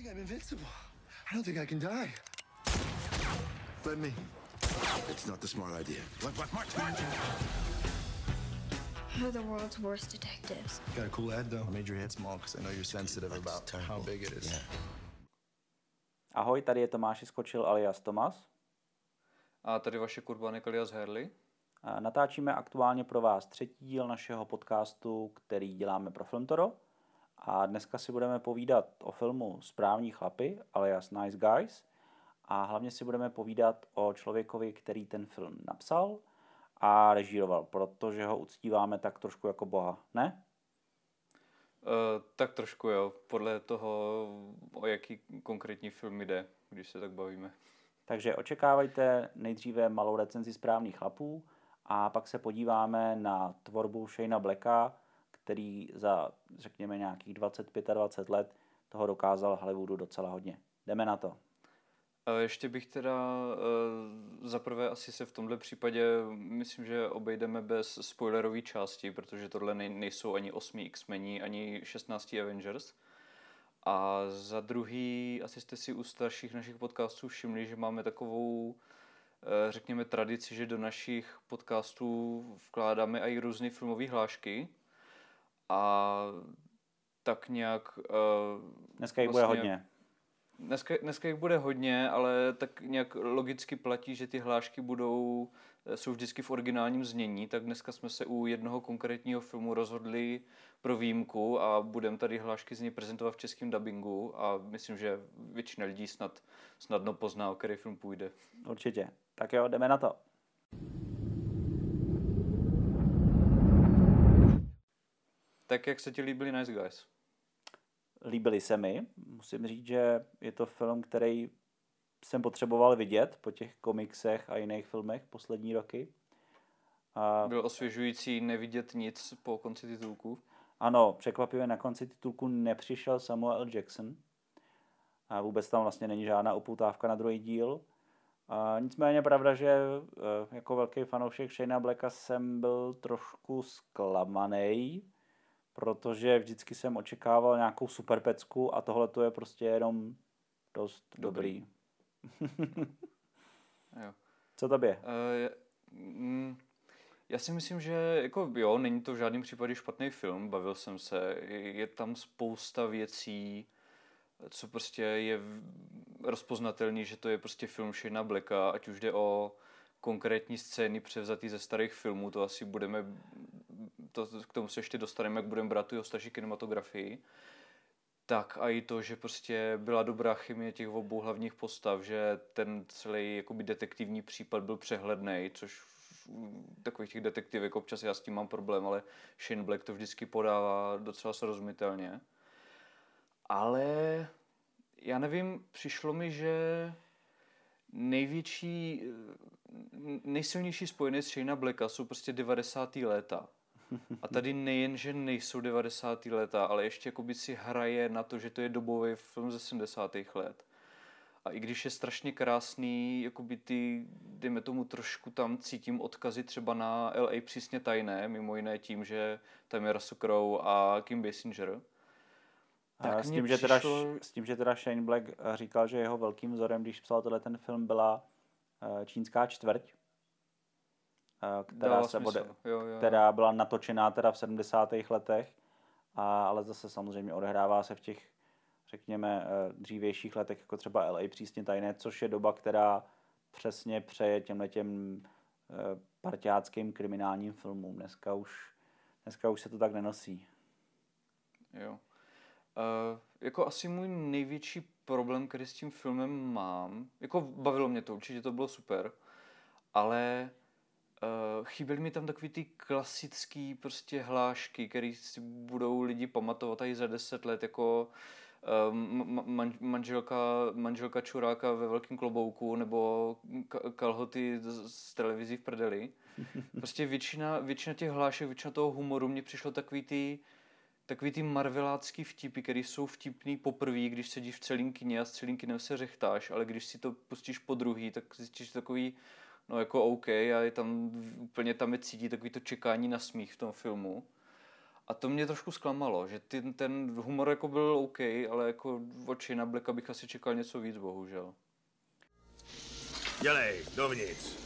I'm invincible. I don't think I can die. Let me. It's not the smart idea. What? March! We're the world's worst detectives. Got a cool head, though. I made your head small because I know you're sensitive about how big it is. Yeah. Ahoj, tady je Tomáš Skočil alias Tomas. A tady vaše Kurbanek alias Herli. Natáčíme aktuálně pro vás třetí díl našeho podcastu, který děláme pro Filmtoro. A dneska si budeme povídat o filmu Správní chlapi alias Nice Guys. A hlavně si budeme povídat o člověkovi, který ten film napsal a režíroval, protože ho uctíváme tak trošku jako boha, ne? Tak trošku jo, podle toho, o jaký konkrétní film jde, když se tak bavíme. Takže očekávajte nejdříve malou recenzi Správných chlapů a pak se podíváme na tvorbu Shana Blacka, který za, řekněme, nějakých 20-25 let toho dokázal Hollywoodu docela hodně. Jdeme na to. Ještě bych teda zaprvé asi se v tomhle případě myslím, že obejdeme bez spoilerové části, protože tohle nejsou ani 8 X-meni, ani 16 Avengers. A za druhý, asi jste si u starších našich podcastů všimli, že máme takovou, řekněme, tradici, že do našich podcastů vkládáme i různé filmové hlášky. A tak nějak... Dneska jich bude hodně. Dneska jich bude hodně, ale tak nějak logicky platí, že ty hlášky jsou vždycky v originálním znění, tak dneska jsme se u jednoho konkrétního filmu rozhodli pro výjimku a budeme tady hlášky z něj prezentovat v českém dabingu a myslím, že většina lidí snadno pozná, o který film půjde. Určitě. Tak jo, jdeme na to. Tak jak se ti líbily Nice Guys? Líbily se mi. Musím říct, že je to film, který jsem potřeboval vidět po těch komiksech a jiných filmech poslední roky. Byl osvěžující nevidět nic po konci titulku? Ano, překvapivě na konci titulku nepřišel Samuel L. Jackson. A vůbec tam vlastně není žádná upoutávka na druhý díl. Nicméně pravda, že jako velký fanoušek Shana Blacka jsem byl trošku zklamaný, protože vždycky jsem očekával nějakou super pecku a tohle to je prostě jenom dost dobrý. Jo. Co tobě? Já si myslím, že jako jo, není to v žádném případě špatný film, bavil jsem se, je tam spousta věcí, co prostě je rozpoznatelný, že to je prostě film Shana Blacka, ať už jde o konkrétní scény převzatý ze starých filmů, to asi k tomu se ještě dostaneme, jak budeme brát tu starší kinematografii, tak a i to, že prostě byla dobrá chemie těch obou hlavních postav, že ten celý jakoby detektivní případ byl přehlednej, což takových těch detektivek občas já s tím mám problém, ale Shane Black to vždycky podává docela srozumitelně. Ale já nevím, přišlo mi, že nejsilnější spojenec Shana Blacka jsou prostě 90. léta. A tady nejen, že nejsou 90. léta, ale ještě jakoby si hraje na to, že to je dobový film ze 70. let. A i když je strašně krásný, jakoby dejme tomu trošku tam cítím odkazy třeba na L.A. přísně tajné, mimo jiné tím, že tam je Russell Crowe a Kim Basinger. S tím, že teda Shane Black říkal, že jeho velkým vzorem, když psal ten film, byla Čínská čtvrť, která byla natočená teda v 70. letech, ale zase samozřejmě odehrává se v těch, řekněme, dřívějších letech, jako třeba L.A. přísně tajné, což je doba, která přesně přeje těmhletěm parťáckým kriminálním filmům. Dneska už se to tak nenosí. Jo. Jako asi můj největší problém, který s tím filmem mám, jako bavilo mě to, určitě to bylo super, ale chyběly mi tam takový ty klasický prostě hlášky, který si budou lidi pamatovat i za 10 let, jako manželka čuráka ve velkém klobouku nebo kalhoty z televizí v prdeli. Prostě většina těch hlášek, většina toho humoru mě přišlo takový ty marvelácký vtipy, které jsou vtipný poprvé, když sedíš v celým kině a s celým kinem se řechtáš, ale když si to pustíš po druhý, tak zjistíš takový, no jako OK, a je tam úplně tam je cítí takový to čekání na smích v tom filmu. A to mě trošku zklamalo, že ten humor jako byl OK, ale jako od Shane Blacka bych asi čekal něco víc, bohužel. Dělej, dovnitř.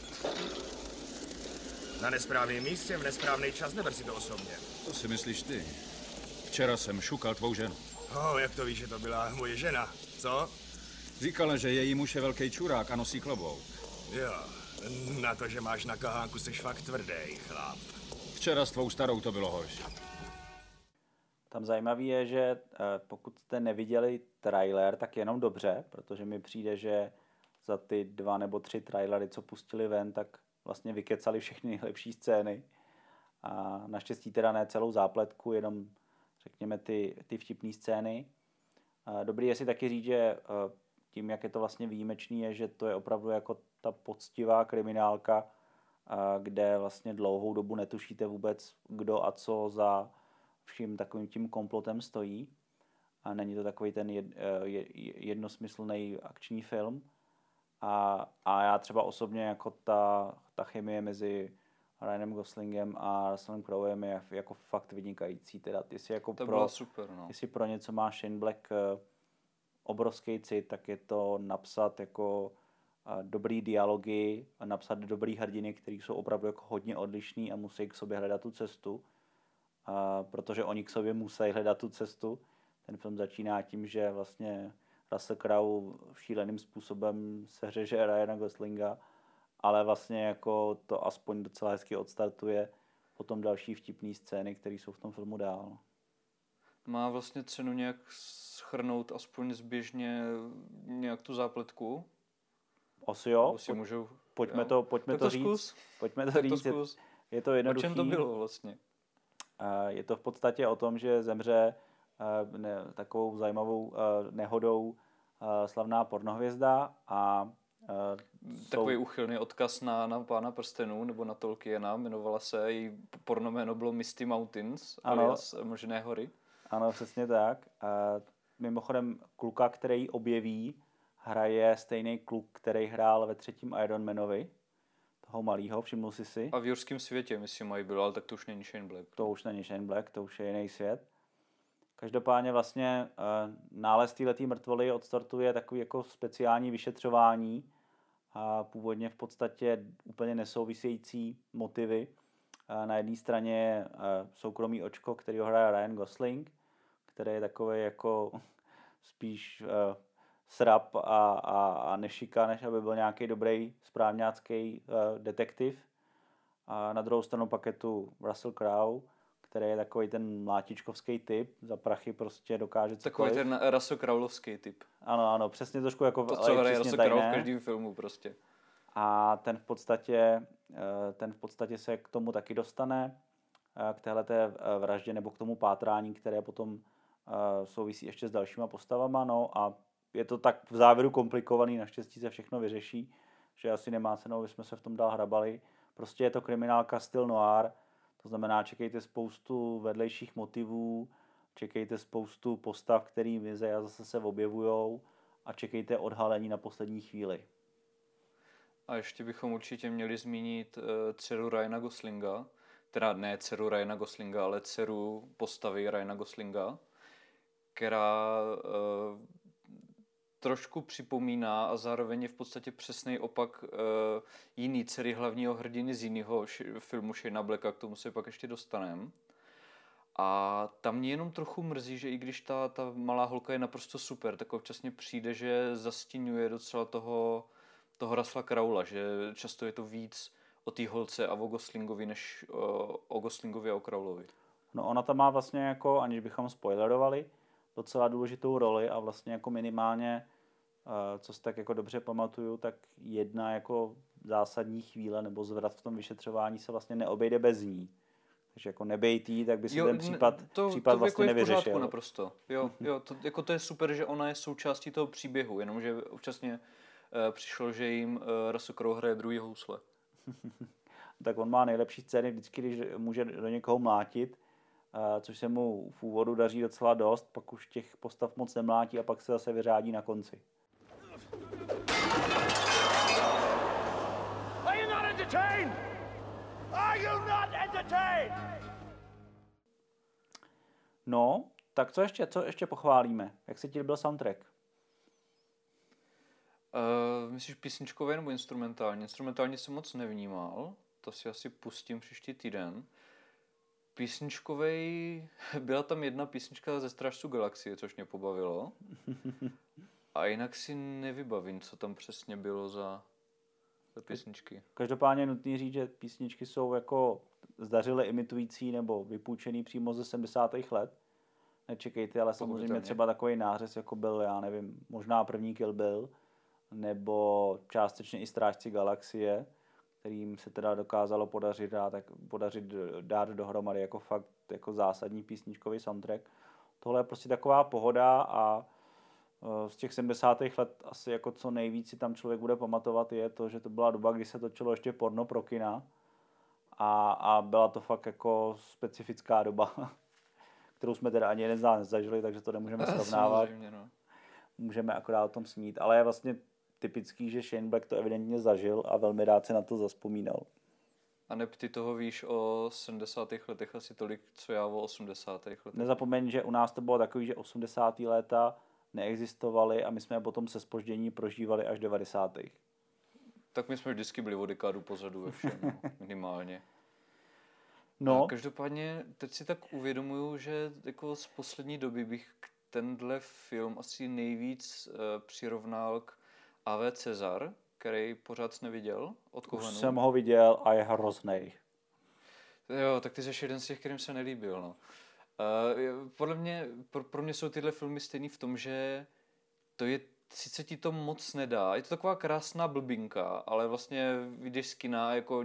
Na nesprávném místě, v nesprávný čas, neber si to osobně. To si myslíš ty. Včera jsem šukal tvou ženu. Jak to víš, že to byla moje žena, co? Říkala, že její muž je velký čurák a nosí klobouk. Jo, na to, že máš na kahánku, jsi fakt tvrdý, chlap. Včera s tvou starou to bylo horší. Tam zajímavý je, že pokud jste neviděli trailer, tak jenom dobře, protože mi přijde, že za ty 2 nebo 3 trailery, co pustili ven, tak vlastně vykecali všechny nejlepší scény. A naštěstí teda ne celou zápletku, jenom řekněme ty vtipné scény. Dobrý je si taky říct, že tím, jak je to vlastně výjimečný, je, že to je opravdu jako ta poctivá kriminálka, kde vlastně dlouhou dobu netušíte vůbec, kdo a co za vším takovým tím komplotem stojí. A není to takový ten jednosmyslný akční film. A já třeba osobně jako ta chemie mezi Ryanem Goslingem a Russellem Crowem je jako fakt vynikající. Teda ty si jako to bylo super, no. Jestli pro něco má Shane Black obrovský cit, tak je to napsat jako dobrý dialogy a napsat dobrý hrdiny, který jsou opravdu jako hodně odlišný a musí k sobě hledat tu cestu. Protože oni k sobě musí hledat tu cestu. Ten film začíná tím, že vlastně Russell Crowe šíleným způsobem seřeže Ryana Goslinga, ale vlastně jako to aspoň docela hezky odstartuje potom další vtipný scény, které jsou v tom filmu dál. Má vlastně cenu nějak shrnout aspoň zběžně nějak tu zápletku? Asi jo. Můžou, pojďme to říct. Pojďme to říct. Je to jednoduchý. O čem to bylo vlastně? Je to v podstatě o tom, že zemře takovou zajímavou nehodou slavná pornohvězda a takový úchylný odkaz na Pána prstenů nebo na Tolkiena, jmenovala se, její pornoméno bylo Misty Mountains, alias Možné hory. Ano, přesně tak. Mimochodem kluka, který ji objeví, hraje stejný kluk, který hrál ve 3. Iron Manovi, toho malýho, všimnul jsi si. A v Jurském světě, myslím, mají byl, ale tak to už není Shane Black. To už není Shane Black, to už je jiný svět. Každopádně vlastně nález téhletý mrtvoly odstartuje takový jako speciální vyšetřování a původně v podstatě úplně nesouvisející motivy. Na jedné straně je soukromý očko, který ho hraje Ryan Gosling, který je takový jako spíš srap a nešika, než aby byl nějaký dobrý správňácký detektiv. A na druhou stranu pak je tu Russell Crowe, který je takový ten mlátičkovský typ, za prachy prostě dokáže cokoliv. Takový ten Russell Crowlovský typ. Ano, přesně trošku jako to, co hraje Russell Crowe v každém filmu prostě. A ten v podstatě se k tomu taky dostane, k téhleté vraždě nebo k tomu pátrání, které potom souvisí ještě s dalšíma postavama, no a je to tak v závěru komplikovaný, naštěstí se všechno vyřeší, že asi nemá cenu, aby jsme se v tom dál hrabali. Prostě je to kriminálka styl noir, to znamená, čekejte spoustu vedlejších motivů, čekejte spoustu postav, který mizí a zase se objevujou a čekejte odhalení na poslední chvíli. A ještě bychom určitě měli zmínit dceru Ryana Goslinga, teda ne dceru Ryana Goslinga, ale dceru postavy Ryana Goslinga, která trošku připomíná a zároveň je v podstatě přesný opak jiný dcery hlavního hrdiny z jiného filmu Shanea Blacka, k tomu se pak ještě dostaneme. A tam mě jenom trochu mrzí, že i když ta malá holka je naprosto super, tak občasně přijde, že zastínuje docela toho Russella Crowela, že často je to víc o té holce a o Goslingovi, než o Goslingovi a o Crowlovi. No ona tam má vlastně jako, aniž bychom spoilerovali, docela důležitou roli a vlastně jako minimálně, co si tak jako dobře pamatuju, tak jedna jako zásadní chvíle nebo zvrat v tom vyšetřování se vlastně neobejde bez ní. Takže jako nebejt jí, tak by se ten případ vlastně jako nevyřešil. Je v pořádku naprosto. Jo, to je super, že ona je součástí toho příběhu, jenomže občasně přišlo, že jim Russell Crowe hraje druhý housle. Tak on má nejlepší scény vždycky, když může do někoho mlátit, což se mu v úvodu daří docela dost, pak už těch postav moc nemlátí a pak se zase vyřádí na konci. Are you not entertained? Are you not entertained? No, tak co ještě pochválíme? Jak se ti líbil soundtrack? Myslíš písničkový nebo instrumentální? Instrumentální jsem moc nevnímal, to si asi pustím příští týden. Písničkovej, byla tam jedna písnička ze Strážců galaxie, což mě pobavilo. A jinak si nevybavím, co tam přesně bylo za písničky. Každopádně je nutný říct, že písničky jsou jako zdařile imitující nebo vypůjčený přímo ze 70. let. Nečekejte, ale samozřejmě třeba takový nářez, jako byl, já nevím, možná první Kill Bill, nebo částečně i Strážci galaxie, kterým se teda dokázalo podařit dát dohromady jako fakt jako zásadní písničkový soundtrack. Tohle je prostě taková pohoda a z těch 70. let asi jako co nejvíc si tam člověk bude pamatovat je to, že to byla doba, kdy se točilo ještě porno pro kina a byla to fakt jako specifická doba, kterou jsme teda ani jeden z nás nezažili, takže to nemůžeme srovnávat. No. Můžeme akorát o tom snít, ale je vlastně typický, že Shane Black to evidentně zažil a velmi rád se na to zazpomínal. A neb ty toho víš o 70. letech asi tolik, co já o 80. letech. Nezapomeň, že u nás to bylo takový, že 80. léta neexistovaly a my jsme je potom se zpoždění prožívali až 90. Tak my jsme vždycky byli o dekádu pozadu ve všem, no, minimálně. No. A každopádně teď si tak uvědomuju, že jako z poslední doby bych tenhle film asi nejvíc přirovnal k A.V. Cezar, který pořád jsi neviděl od Cohenu. Už jsem ho viděl a je hroznej. Jo, tak ty jsi jeden z těch, kterým se nelíbil, no. Podle mě, pro mě jsou tyhle filmy stejný v tom, že to je, sice ti to moc nedá, je to taková krásná blbinka, ale vlastně vyjdeš z kina, jako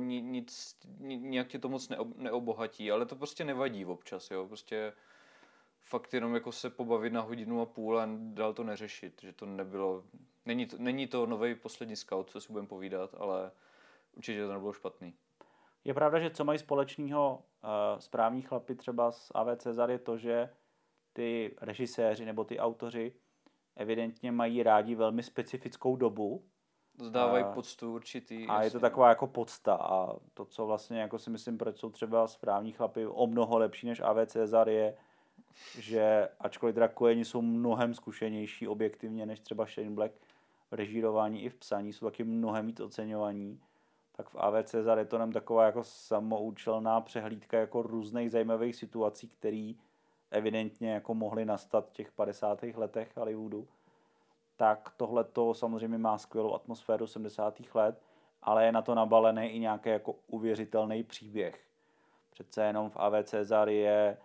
nějak tě to moc neobohatí, ale to prostě nevadí občas, jo, prostě fakt jenom jako se pobavit na 1.5 hodiny a dál to neřešit, že to nebylo, není to novej Poslední scout, co si budeme povídat, ale určitě to nebylo špatný. Je pravda, že co mají společného správní chlapi třeba z A.V. Cezar je to, že ty režiséři nebo ty autoři evidentně mají rádi velmi specifickou dobu. Zdávají poctu určitý. A jasně, je to taková jako podsta a to, co vlastně jako si myslím, proč jsou třeba správní chlapi o mnoho lepší než A.V. Cezar je, že ačkoliv teda Coeni jsou mnohem zkušenější objektivně než třeba Shane Black v režírování i v psaní, jsou taky mnohem víc oceňovaní, tak v A.V. Cezar je to nám taková jako samoučelná přehlídka jako různých zajímavých situací, které evidentně jako mohly nastat v těch 50. letech Hollywoodu. Tak tohle to samozřejmě má skvělou atmosféru 70. let, ale je na to nabalený i nějaký jako uvěřitelný příběh. Přece jenom v A.V. Cezar je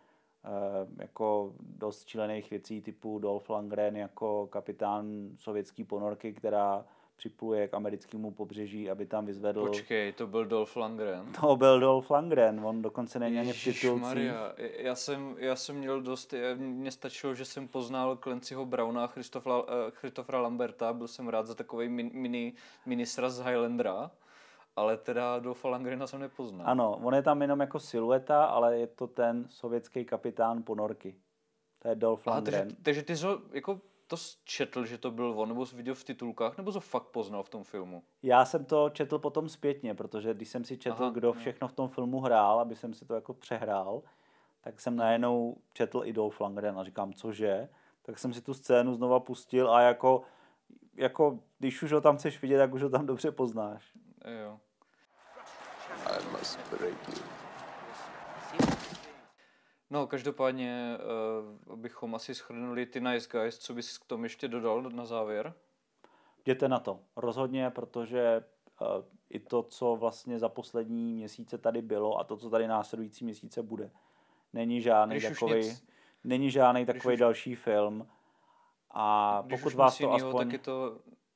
jako dost šílených věcí typu Dolph Lundgren jako kapitán sovětské ponorky, která připluje k americkému pobřeží, aby tam vyzvedl... Počkej, to byl Dolph Lundgren? To byl Dolph Lundgren, on dokonce není ani v titulcích. Já jsem měl dost, mně stačilo, že jsem poznal Clancyho Browna a Christophera Lamberta, byl jsem rád za takovej mini sraz z Highlandera, ale teda Dolpha Lundgrena jsem nepoznal. Ano, on je tam jenom jako silueta, ale je to ten sovětský kapitán ponorky. To je Dolph Lundgren. Takže ty jsi jako to četl, že to byl on, nebo jsi viděl v titulkách, nebo jsi fakt poznal v tom filmu? Já jsem to četl potom zpětně, protože když jsem si četl, kdo všechno v tom filmu hrál, aby jsem si to jako přehrál, tak jsem najednou četl i Dolph Lundgren a říkám, cože? Tak jsem si tu scénu znova pustil a jako když už ho tam chceš vidět, tak už ho tam dobře poznáš. Jo. I must break you. No, každopádně, abychom asi shrnuli ty Nice Guys, co bys k tomu ještě dodal na závěr? Jděte na to. Rozhodně, protože i to, co vlastně za poslední měsíce tady bylo a to, co tady následující měsíce bude, není žádný takový další film. A pokud vás to aspoň... tak je to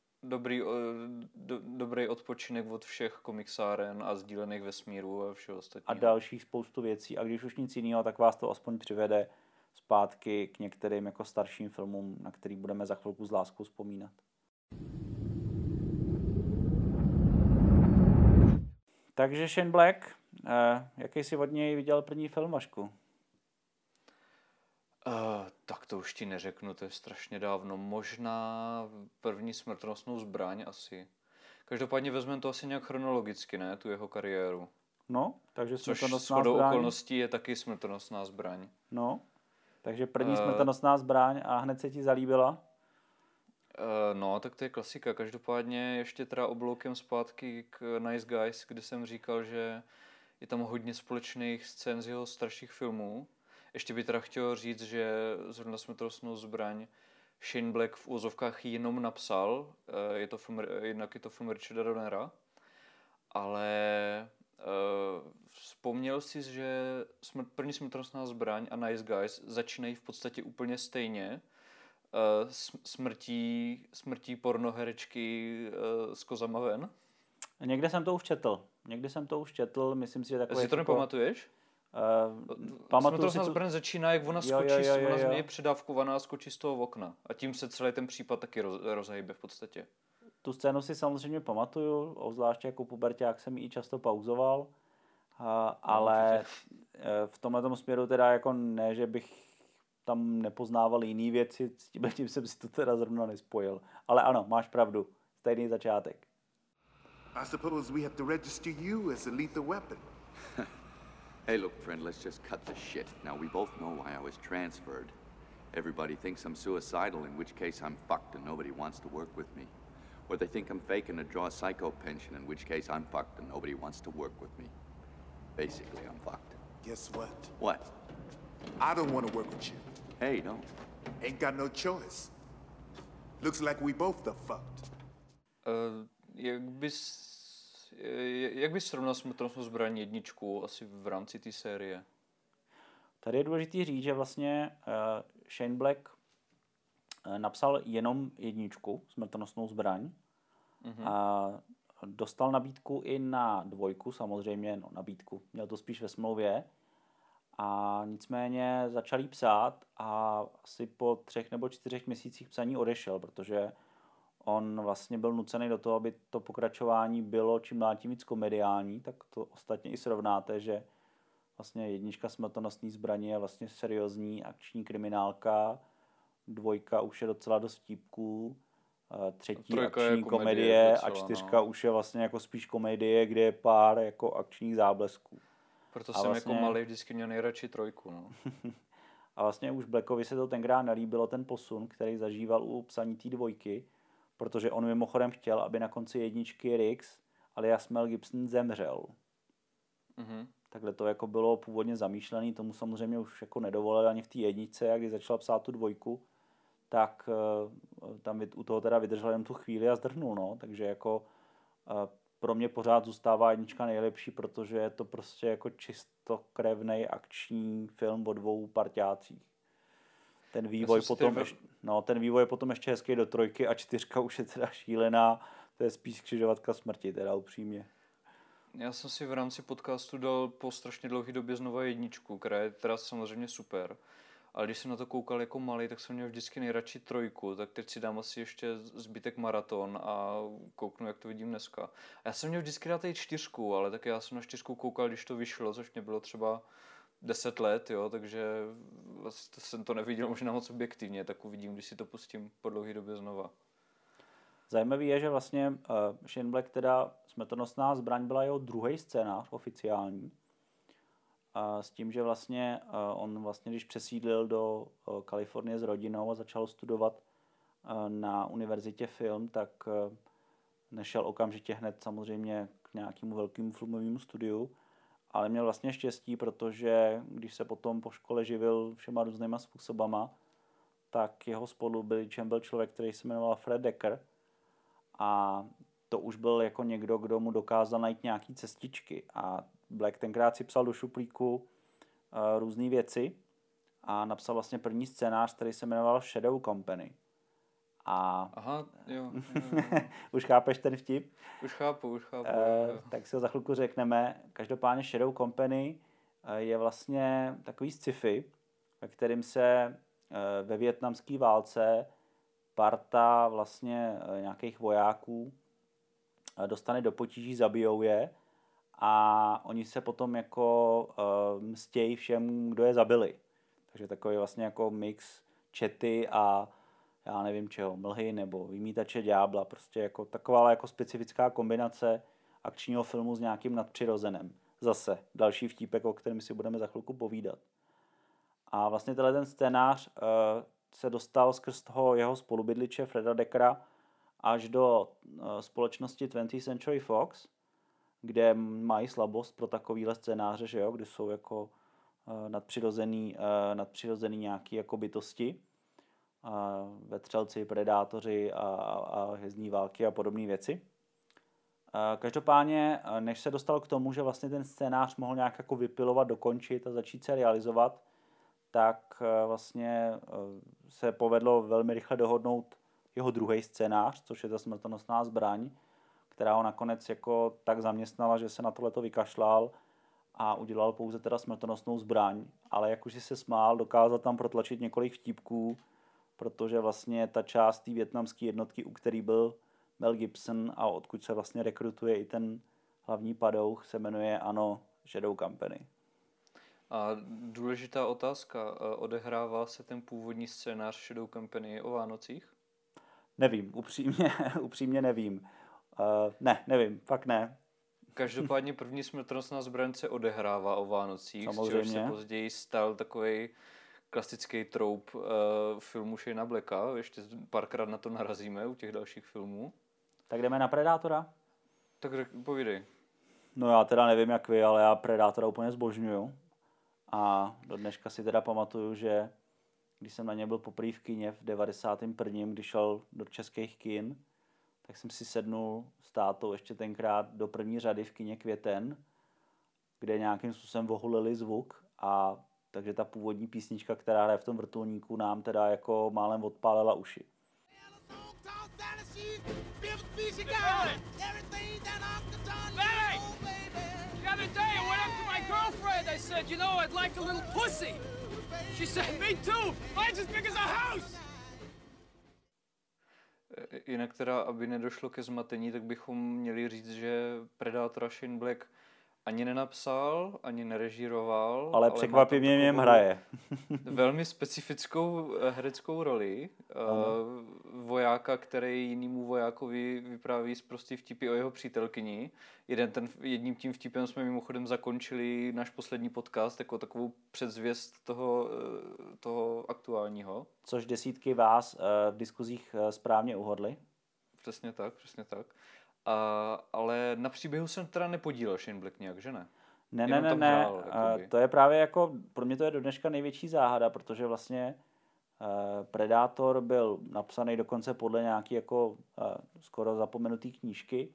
dobrý odpočinek od všech komiksáren a sdílených vesmírů a všeho ostatního. A dalších spoustu věcí. A když už nic jiného, tak vás to aspoň přivede zpátky k některým jako starším filmům, na který budeme za chvilku s láskou vzpomínat. Takže Shane Black, jaký jsi od něj viděl první film, Vašku? Tak to už ti neřeknu, to je strašně dávno. Možná první Smrtonosnou zbraň asi. Každopádně vezmeme to asi nějak chronologicky, ne? Tu jeho kariéru. No, takže Což Smrtonosná shodou zbraň. okolností je taky Smrtonosná zbraň. No, Takže první smrtonosná zbraň a hned se ti zalíbila? No, tak to je klasika. Každopádně ještě teda obloukem zpátky k Nice Guys, kde jsem říkal, že je tam hodně společných scén z jeho starších filmů. Ještě bych teda chtěl říct, že zrovna smrtonosnou zbraň Shane Black v úvozovkách jenom napsal. Jednak je to film Richarda Donnera, ale vzpomněl si, že první smrtonosná zbraň a Nice Guys začínají v podstatě úplně stejně. Smrtí pornoherečky s kozama ven. Někde jsem to už četl, myslím si, že takové... Si to nepamatuješ? Smrtonosná zbraň začíná, jak ona skočí, ona z něj předávkovaná, skočí z toho okna. A tím se celý ten případ taky rozhejbe v podstatě. Tu scénu si samozřejmě pamatuju, obzvláště jako puberťák jsem ji i často pauzoval, ale v tomhletom směru teda jako ne, že bych tam nepoznával jiný věci, tím jsem si to teda zrovna nespojil. Ale ano, máš pravdu, stejný začátek. I suppose we have to register you as a lethal weapon. Hey, look, friend, let's just cut the shit. Now, we both know why I was transferred. Everybody thinks I'm suicidal, in which case I'm fucked and nobody wants to work with me. Or they think I'm faking to draw a psycho pension, in which case I'm fucked and nobody wants to work with me. Basically, I'm fucked. Guess what? What? I don't want to work with you. Hey, no. Ain't got no choice. Looks like we both are fucked. Jak bys srovnal smrtonosnou zbraň jedničku asi v rámci té série? Tady je důležitý říct, že vlastně Shane Black napsal jenom jedničku, smrtonosnou zbraň. A dostal nabídku i na dvojku, samozřejmě, nabídku. Měl to spíš ve smlouvě. A nicméně začal jí psát a asi po 3 nebo 4 měsících psaní odešel, protože on vlastně byl nucený do toho, aby to pokračování bylo čím dál tím víc komediální, tak to ostatně i srovnáte, že vlastně jednička smrtonosný zbraně je vlastně seriózní akční kriminálka, dvojka už je docela dost vtípků, třetí akční komedie docela, a 4 už je vlastně jako spíš komedie, kde je pár jako akčních záblesků. Proto jsem vlastně, jako malý vždycky měl nejradši 3. No. A vlastně už Blackovi se to tenkrát nelíbilo, ten posun, který zažíval u psaní té dvojky, protože on mimochodem chtěl, aby na konci jedničky Riggs alias Mel Gibson zemřel. Takhle to jako bylo původně zamýšlené, tomu samozřejmě už jako nedovolil ani v té jedničce, a když začal psát tu dvojku, tak tam u toho teda vydržel jen tu chvíli a zdrhnul, no. Takže jako pro mě pořád zůstává jednička nejlepší, protože je to prostě jako čistokrevnej akční film o 2 parťácích. Ten vývoj je potom ještě hezký do 3 a 4 už je teda šílená, to je spíš křižovatka smrti, teda upřímně. Já jsem si v rámci podcastu dal po strašně dlouhé době znova jedničku, která je teda samozřejmě super. Ale když jsem na to koukal jako malý, tak jsem měl vždycky nejradši 3, tak teď si dám asi ještě zbytek maraton a kouknu, jak to vidím dneska. A já jsem měl vždycky dát i 4, ale tak já jsem na 4 koukal, když to vyšlo, což mě bylo třeba 10 let, jo, takže vlastně jsem to neviděl možná moc objektivně, tak uvidím, když si to pustím po dlouhé době znova. Zajímavý je, že vlastně Shane Black, teda smrtonosná zbraň, byla jeho druhý scénář oficiální. S tím, že vlastně on vlastně, když přesídlil do Kalifornie s rodinou a začal studovat na univerzitě film, tak nešel okamžitě hned samozřejmě k nějakému velkému filmovému studiu, ale měl vlastně štěstí, protože když se potom po škole živil všema různýma způsobama, tak jeho spolubyličem byl člověk, který se jmenoval Fred Decker, a to už byl jako někdo, kdo mu dokázal najít nějaký cestičky, a Black tenkrát si psal do šuplíku různé věci a napsal vlastně první scénář, který se jmenoval Shadow Company. Aha, jo. Už chápeš ten vtip? Už chápu. Tak si ho za chvilku řekneme. Každopádně Shadow Company je vlastně takový sci-fi, ve kterým se ve vietnamské válce parta vlastně nějakých vojáků dostane do potíží, zabijou je a oni se potom jako mstějí všem, kdo je zabili. Takže takový vlastně jako mix čety a já nevím čeho, mlhy nebo vymítače ďábla, prostě jako taková jako specifická kombinace akčního filmu s nějakým nadpřirozeným. Zase další vtípek, o kterém si budeme za chvilku povídat. A vlastně ten scénář se dostal skrz toho jeho spolubydliče Freda Deckera až do společnosti 20th Century Fox, kde mají slabost pro takovýhle scénáře, že jo, kde jsou jako nadpřirozený nějaký jako bytosti, vetřelci, predátoři a hvězdní války a podobné věci. Každopádně, než se dostal k tomu, že vlastně ten scénář mohl nějak jako vypilovat, dokončit a začít se realizovat, tak vlastně se povedlo velmi rychle dohodnout jeho druhý scénář, což je ta smrtonosná zbraň, která ho nakonec jako tak zaměstnala, že se na tohleto vykašlal a udělal pouze teda smrtonosnou zbraň. Ale jak už si se smál, dokázal tam protlačit několik vtípků, protože vlastně ta část té vietnamské jednotky, u který byl Mel Gibson a odkud se vlastně rekrutuje i ten hlavní padouch, se jmenuje Shadow Company. A důležitá otázka, odehrává se ten původní scénář Shadow Company o Vánocích? Nevím, upřímně nevím. Nevím, fakt ne. Každopádně první smrtonosná zbraň se odehrává o Vánocích, Samozřejmě. z čehož se později stal takovej klasický troup filmu Shana Blacka. Ještě párkrát na to narazíme u těch dalších filmů. Tak jdeme na Predátora? Tak povídej. No já teda nevím jak vy, ale já Predátora úplně zbožňuju. A do dneška si teda pamatuju, že když jsem na ně byl poprvé v kině v 91., když šel do českých kin, tak jsem si sednul s tátou ještě tenkrát do první řady v kině Květen, kde nějakým způsobem ohulili zvuk a takže ta původní písnička, která hraje v tom vrtulníku, nám teda jako málem odpálila uši. Jinak teda, aby nedošlo ke zmatení, tak bychom měli říct, že Predátora Shane Black ani nenapsal, ani nerežíroval. Ale překvapivě něm hraje. Velmi specifickou hereckou roli. Vojáka, který jinému vojákovi vypráví zprostý vtipy o jeho přítelkyni. Jedním tím vtipem jsme mimochodem zakončili náš poslední podcast jako takovou předzvěst toho aktuálního. Což desítky vás v diskuzích správně uhodly. Přesně tak. Ale na příběhu jsem teda nepodílel Shane Black nějak, že ne? Ne. To je právě jako, pro mě to je do dneška největší záhada, protože vlastně Predátor byl napsaný dokonce podle nějaký jako skoro zapomenutý knížky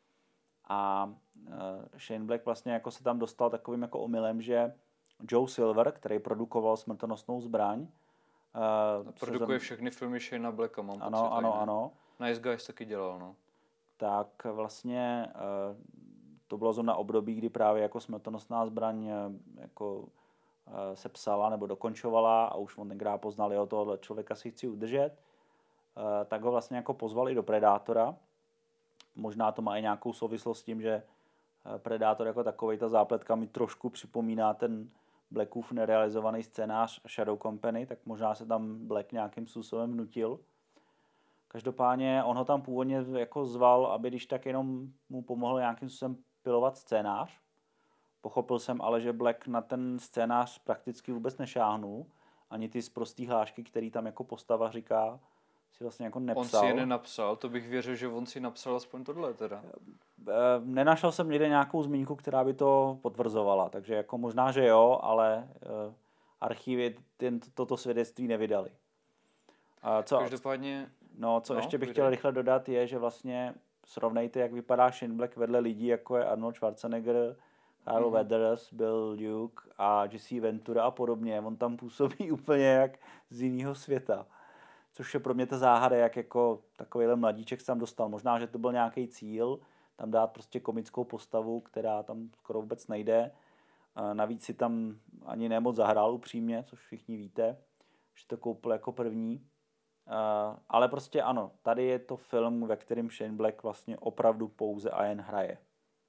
a Shane Black vlastně jako se tam dostal takovým jako omylem, že Joe Silver, který produkoval smrtonosnou zbraň, produkuje všechny filmy Shana Blacka, mám pocit. Ano. Nice Guys taky dělal, no. Tak vlastně to bylo zrovna období, kdy právě jako smrtonosná zbraň jako se psala nebo dokončovala a už on tenkrát poznal, jo, tohle člověka si chci udržet, tak ho vlastně jako pozval i do Predátora. Možná to má i nějakou souvislost s tím, že Predátor jako takovej, ta zápletka mi trošku připomíná ten Blackův nerealizovaný scénář Shadow Company, tak možná se tam Black nějakým způsobem vnutil. Každopádně on ho tam původně jako zval, aby když tak jenom mu pomohl nějakým způsobem pilovat scénář. Pochopil jsem ale, že Black na ten scénář prakticky vůbec nešáhnul. Ani ty sprostý hlášky, který tam jako postava říká, si vlastně jako nepsal. On si je nenapsal, to bych věřil, že on si napsal aspoň tohle teda. Nenašel jsem někde nějakou zmínku, která by to potvrzovala, takže jako možná, že jo, ale archivy toto svědectví nevydali. Každopádně... Co ještě bych chtěl rychle dodat, je, že vlastně srovnejte, jak vypadá Shane Black vedle lidí, jako je Arnold Schwarzenegger, Carl Weathers, Bill Duke a Jesse Ventura a podobně. On tam působí úplně jak z jiného světa. Což je pro mě ta záhada, jak jako takovýhle mladíček se tam dostal. Možná, že to byl nějaký cíl, tam dát prostě komickou postavu, která tam skoro vůbec nejde. Navíc si tam ani nemoc zahrál upřímně, což všichni víte, že to koupil jako první. Ale prostě ano, tady je to film, ve kterém Shane Black vlastně opravdu pouze a jen hraje.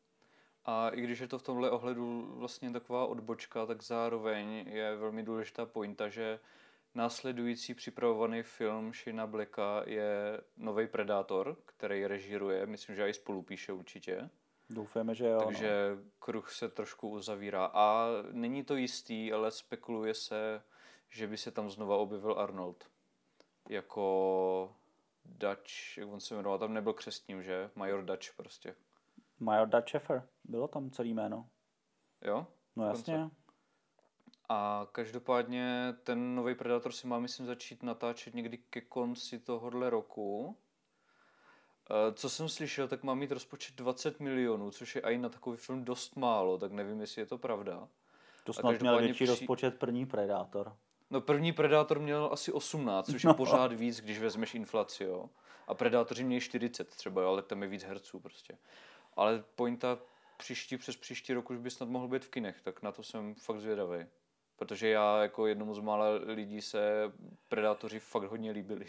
A i když je to v tomhle ohledu vlastně taková odbočka, tak zároveň je velmi důležitá pointa, že následující připravovaný film Shana Blacka je nový Predátor, který režíruje, myslím, že i spolupíše určitě. Doufáme, že jo. Takže kruh se trošku uzavírá. A není to jistý, ale spekuluje se, že by se tam znova objevil Arnold. Jako Dutch, jak on se jmenoval, tam nebyl křestním, že? Major Dutch prostě. Major Dutch Sheffer, bylo tam celý jméno. Jo? No jasně. A každopádně ten nový Predator si má, myslím, začít natáčet někdy ke konci tohohle roku. Co jsem slyšel, tak má mít rozpočet 20 milionů, což je i na takový film dost málo, tak nevím, jestli je to pravda. To snad měl větší rozpočet první Predator. No první Predator měl asi 18, což je pořád víc, když vezmeš inflaci, jo. A Predatoři měli 40 třeba, jo, ale tam je víc herců prostě. Ale pointa přes příští rok už by snad mohl být v kinech, tak na to jsem fakt zvědavý. Protože já jako jednomu z mála lidí se Predátoři fakt hodně líbili.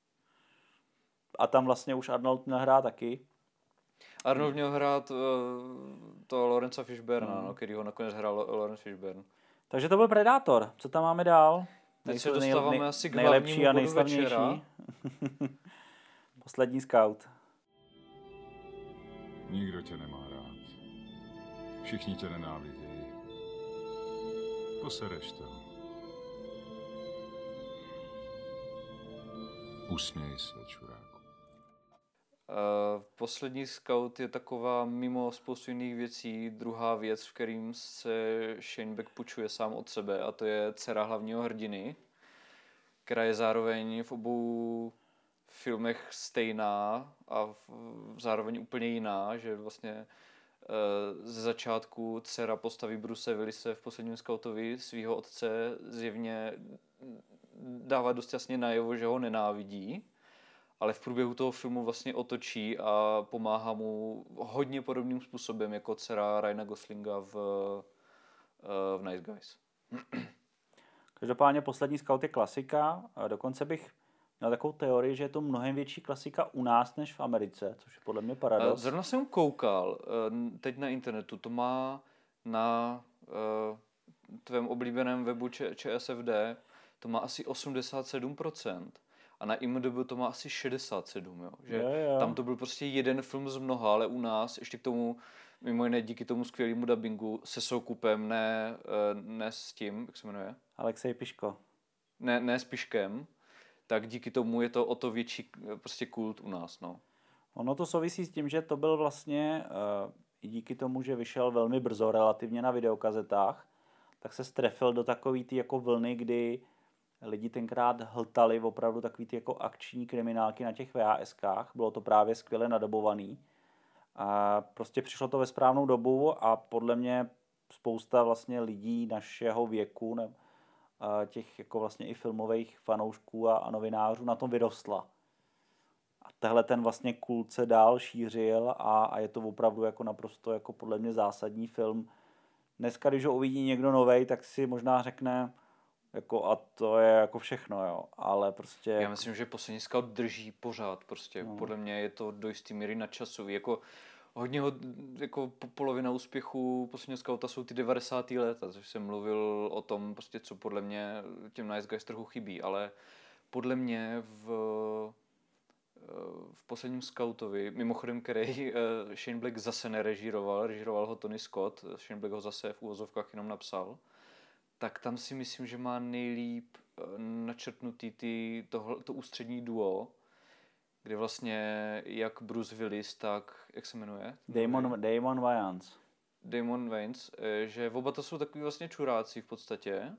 A tam vlastně už Arnold měl hrát taky? Arnold měl hrát to Lawrence Fishburna, no, který ho nakonec hrál Lawrence Fishburne. Takže to byl Predator. Co tam máme dál? Teď se dostáváme asi k nejlepší a bodu večera. Poslední scout. Nikdo tě nemá rád. Všichni tě nenávidějí. Posereš to. Usměj se, čuráku. Poslední scout je taková mimo spoustu jiných věcí druhá věc, v kterým se Shane Black pučuje sám od sebe, a to je dcera hlavního hrdiny, která je zároveň v obou filmech stejná a zároveň úplně jiná, že vlastně ze začátku dcera postaví Bruce Willise v posledním skautovi svého otce zjevně dává dost jasně najevo, že ho nenávidí, ale v průběhu toho filmu vlastně otočí a pomáhá mu hodně podobným způsobem jako dcera Ryana Goslinga v Nice Guys. Každopádně poslední scout je klasika. Dokonce bych měl takovou teorii, že je to mnohem větší klasika u nás než v Americe, což je podle mě paradox. Zrovna jsem koukal teď na internetu, to má na tvém oblíbeném webu ČSFD, to má asi 87%. A na IMDb to má asi 67%, jo? Že jo. Tam to byl prostě jeden film z mnoha, ale u nás ještě k tomu, mimo jiné díky tomu skvělému dabingu se Soukupem, ne s tím, jak se jmenuje? Alexej Piško. Ne s Piškem, tak díky tomu je to o to větší prostě kult u nás, no. Ono to souvisí s tím, že to byl vlastně i díky tomu, že vyšel velmi brzo relativně na videokazetách, tak se strefil do takový ty jako vlny, kdy lidi tenkrát hltali opravdu takový ty jako akční kriminálky na těch VHSkách. Bylo to právě skvěle nadobovaný. A prostě přišlo to ve správnou dobu a podle mě spousta vlastně lidí našeho věku, těch jako vlastně i filmových fanoušků a novinářů na tom vyrostla. A tehle ten vlastně kult se dál šířil a je to opravdu jako naprosto jako podle mě zásadní film. Dneska, když ho uvidí někdo novej, tak si možná řekne jako a to je jako všechno, jo, ale prostě... Já myslím, že poslední scout drží pořád prostě, podle mě je to do jistý míry nadčasový, jako hodně jako polovina úspěchu posledního scouta jsou ty 90. léta, což jsem mluvil o tom prostě, co podle mě těm Nice Guys trochu chybí, ale podle mě v posledním scoutovi, mimochodem, který Shane Black zase režíroval ho Tony Scott, Shane Black ho zase v uvozovkách jenom napsal, tak tam si myslím, že má nejlíp načrtnutý to ústřední duo, kde vlastně jak Bruce Willis, tak, jak se jmenuje? Damon Wayans. Damon Wayans, že oba to jsou takový vlastně čuráci v podstatě,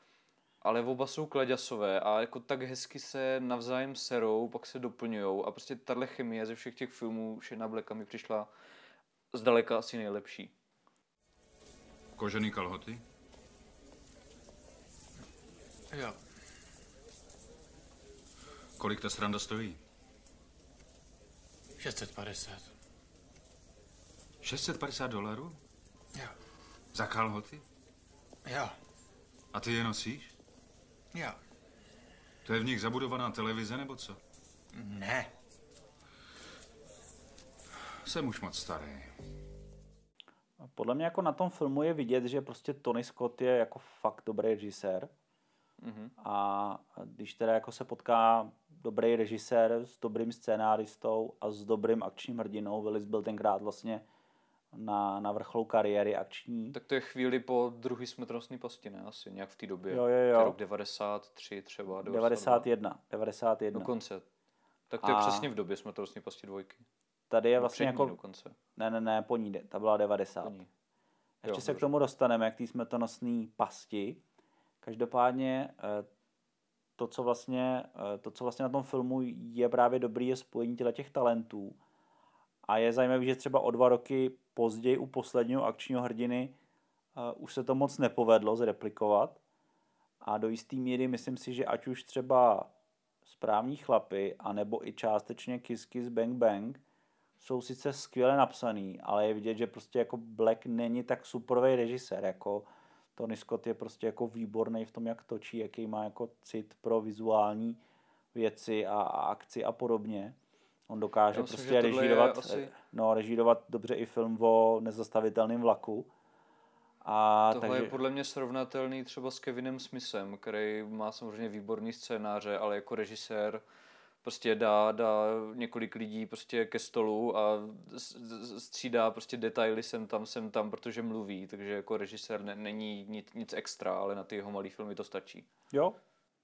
ale oba jsou klaďasové a jako tak hezky se navzájem serou, pak se doplňujou a prostě tahle chemie ze všech těch filmů Shanea Blacka mi přišla zdaleka asi nejlepší. Kožený kalhoty? Jo. Kolik ta sranda stojí? 650. $650? Jo. Za kalhoty? Jo. A ty je nosíš? Jo. To je v nich zabudovaná televize, nebo co? Ne. Jsem už moc starý. Podle mě jako na tom filmu je vidět, že prostě Tony Scott je jako fakt dobrý režisér. Mm-hmm. A když teda jako se potká dobrý režisér s dobrým scénáristou a s dobrým akčním hrdinou, Willis byl tenkrát vlastně na vrcholu kariéry akční. Tak to je chvíli po druhý smrtonosný pasti, ne? Asi nějak v té době. Jo. To je rok 93 třeba, 91. Dokonce. Tak to je přesně v době smrtonosné pasti 2. Tady je vlastně jako... Dokonce. Ne, po ní, ta byla 90. Ještě se k tomu dostaneme, k té smrtonosné pasti. Každopádně to, co vlastně na tom filmu je právě dobrý, je spojení těch talentů. A je zajímavé, že třeba o 2 roky později u posledního akčního hrdiny už se to moc nepovedlo zreplikovat. A do jisté míry myslím si, že ať už třeba Správní chlapy, anebo i částečně Kiss Kiss Bang Bang jsou sice skvěle napsaný, ale je vidět, že prostě jako Black není tak superový režisér, jako Tony Scott je prostě jako výborný v tom, jak točí, jaký má jako cit pro vizuální věci a akci a podobně. On dokáže prostě režírovat dobře i film o nezastavitelném vlaku. Tohle je podle mě srovnatelný třeba s Kevinem Smithem, který má samozřejmě výborný scénáře, ale jako režisér prostě dá několik lidí prostě ke stolu a střídá prostě detaily sem tam, protože mluví, takže jako režisér není nic extra, ale na ty jeho malý filmy to stačí. Jo.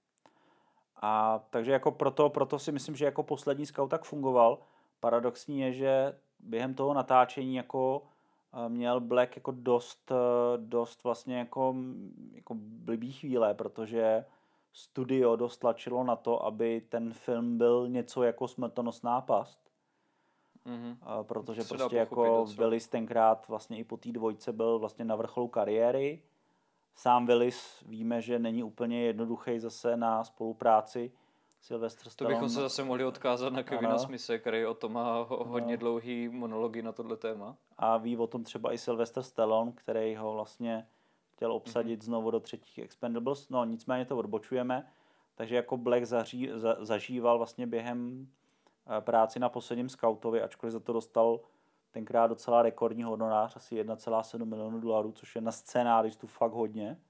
A takže jako proto si myslím, že jako Poslední scout tak fungoval. Paradoxní je, že během toho natáčení jako měl Black jako dost vlastně jako blbý chvíle, protože studio dost tlačilo na to, aby ten film byl něco jako Smrtonosná past. Protože prostě jako Willis tenkrát vlastně i po té 2 byl vlastně na vrcholu kariéry. Sám Willis víme, že není úplně jednoduchý zase na spolupráci. Sylvester Stallone. To bychom se zase mohli odkázat na Kevina Smithe, který o tom má hodně dlouhý monology na tohle téma. A ví o tom třeba i Sylvester Stallone, který ho vlastně chtěl obsadit znovu do 3. Expendables. No nicméně to odbočujeme. Takže jako Black zažíval vlastně během práci na Posledním skautovi, ačkoliv za to dostal tenkrát docela rekordní honorář, asi 1,7 milionu dolarů, což je na scénáristu fakt hodně.